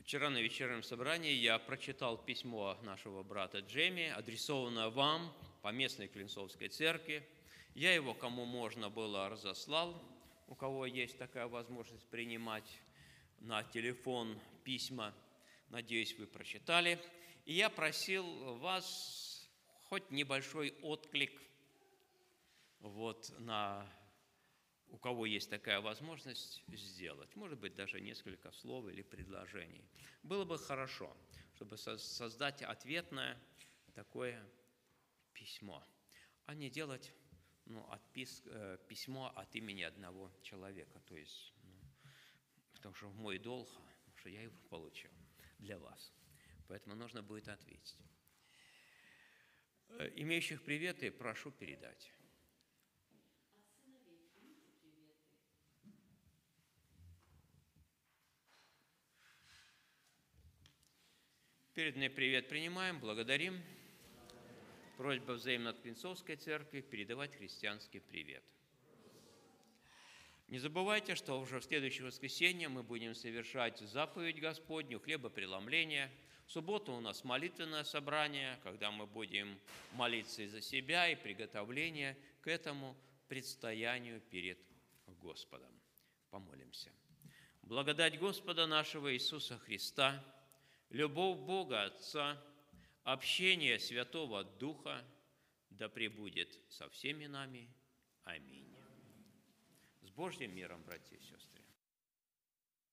Вчера на вечернем собрании я прочитал письмо нашего брата Джейми, адресованное вам по местной Клинцовской церкви. Я его, кому можно было, разослал, у кого есть такая возможность принимать на телефон письма. Надеюсь, вы прочитали. И я просил вас хоть небольшой отклик, вот, на, у кого есть такая возможность, сделать. Может быть, даже несколько слов или предложений. Было бы хорошо, чтобы создать ответное такое письмо, а не делать ну, отпис, э, письмо от имени одного человека. То есть, ну, потому что мой долг, что я его получил для вас. Поэтому нужно будет ответить. Э, имеющих приветы прошу передать. Переданный привет принимаем, благодарим. Просьба взаимно от Клинцовской церкви передавать христианский привет. Не забывайте, что уже в следующее воскресенье мы будем совершать заповедь Господню, хлебопреломление. В субботу у нас молитвенное собрание, когда мы будем молиться и за себя, и приготовление к этому предстоянию перед Господом. Помолимся. Благодать Господа нашего Иисуса Христа, любовь Бога Отца, общение Святого Духа да пребудет со всеми нами. Аминь. С Божьим миром, братья и сестры.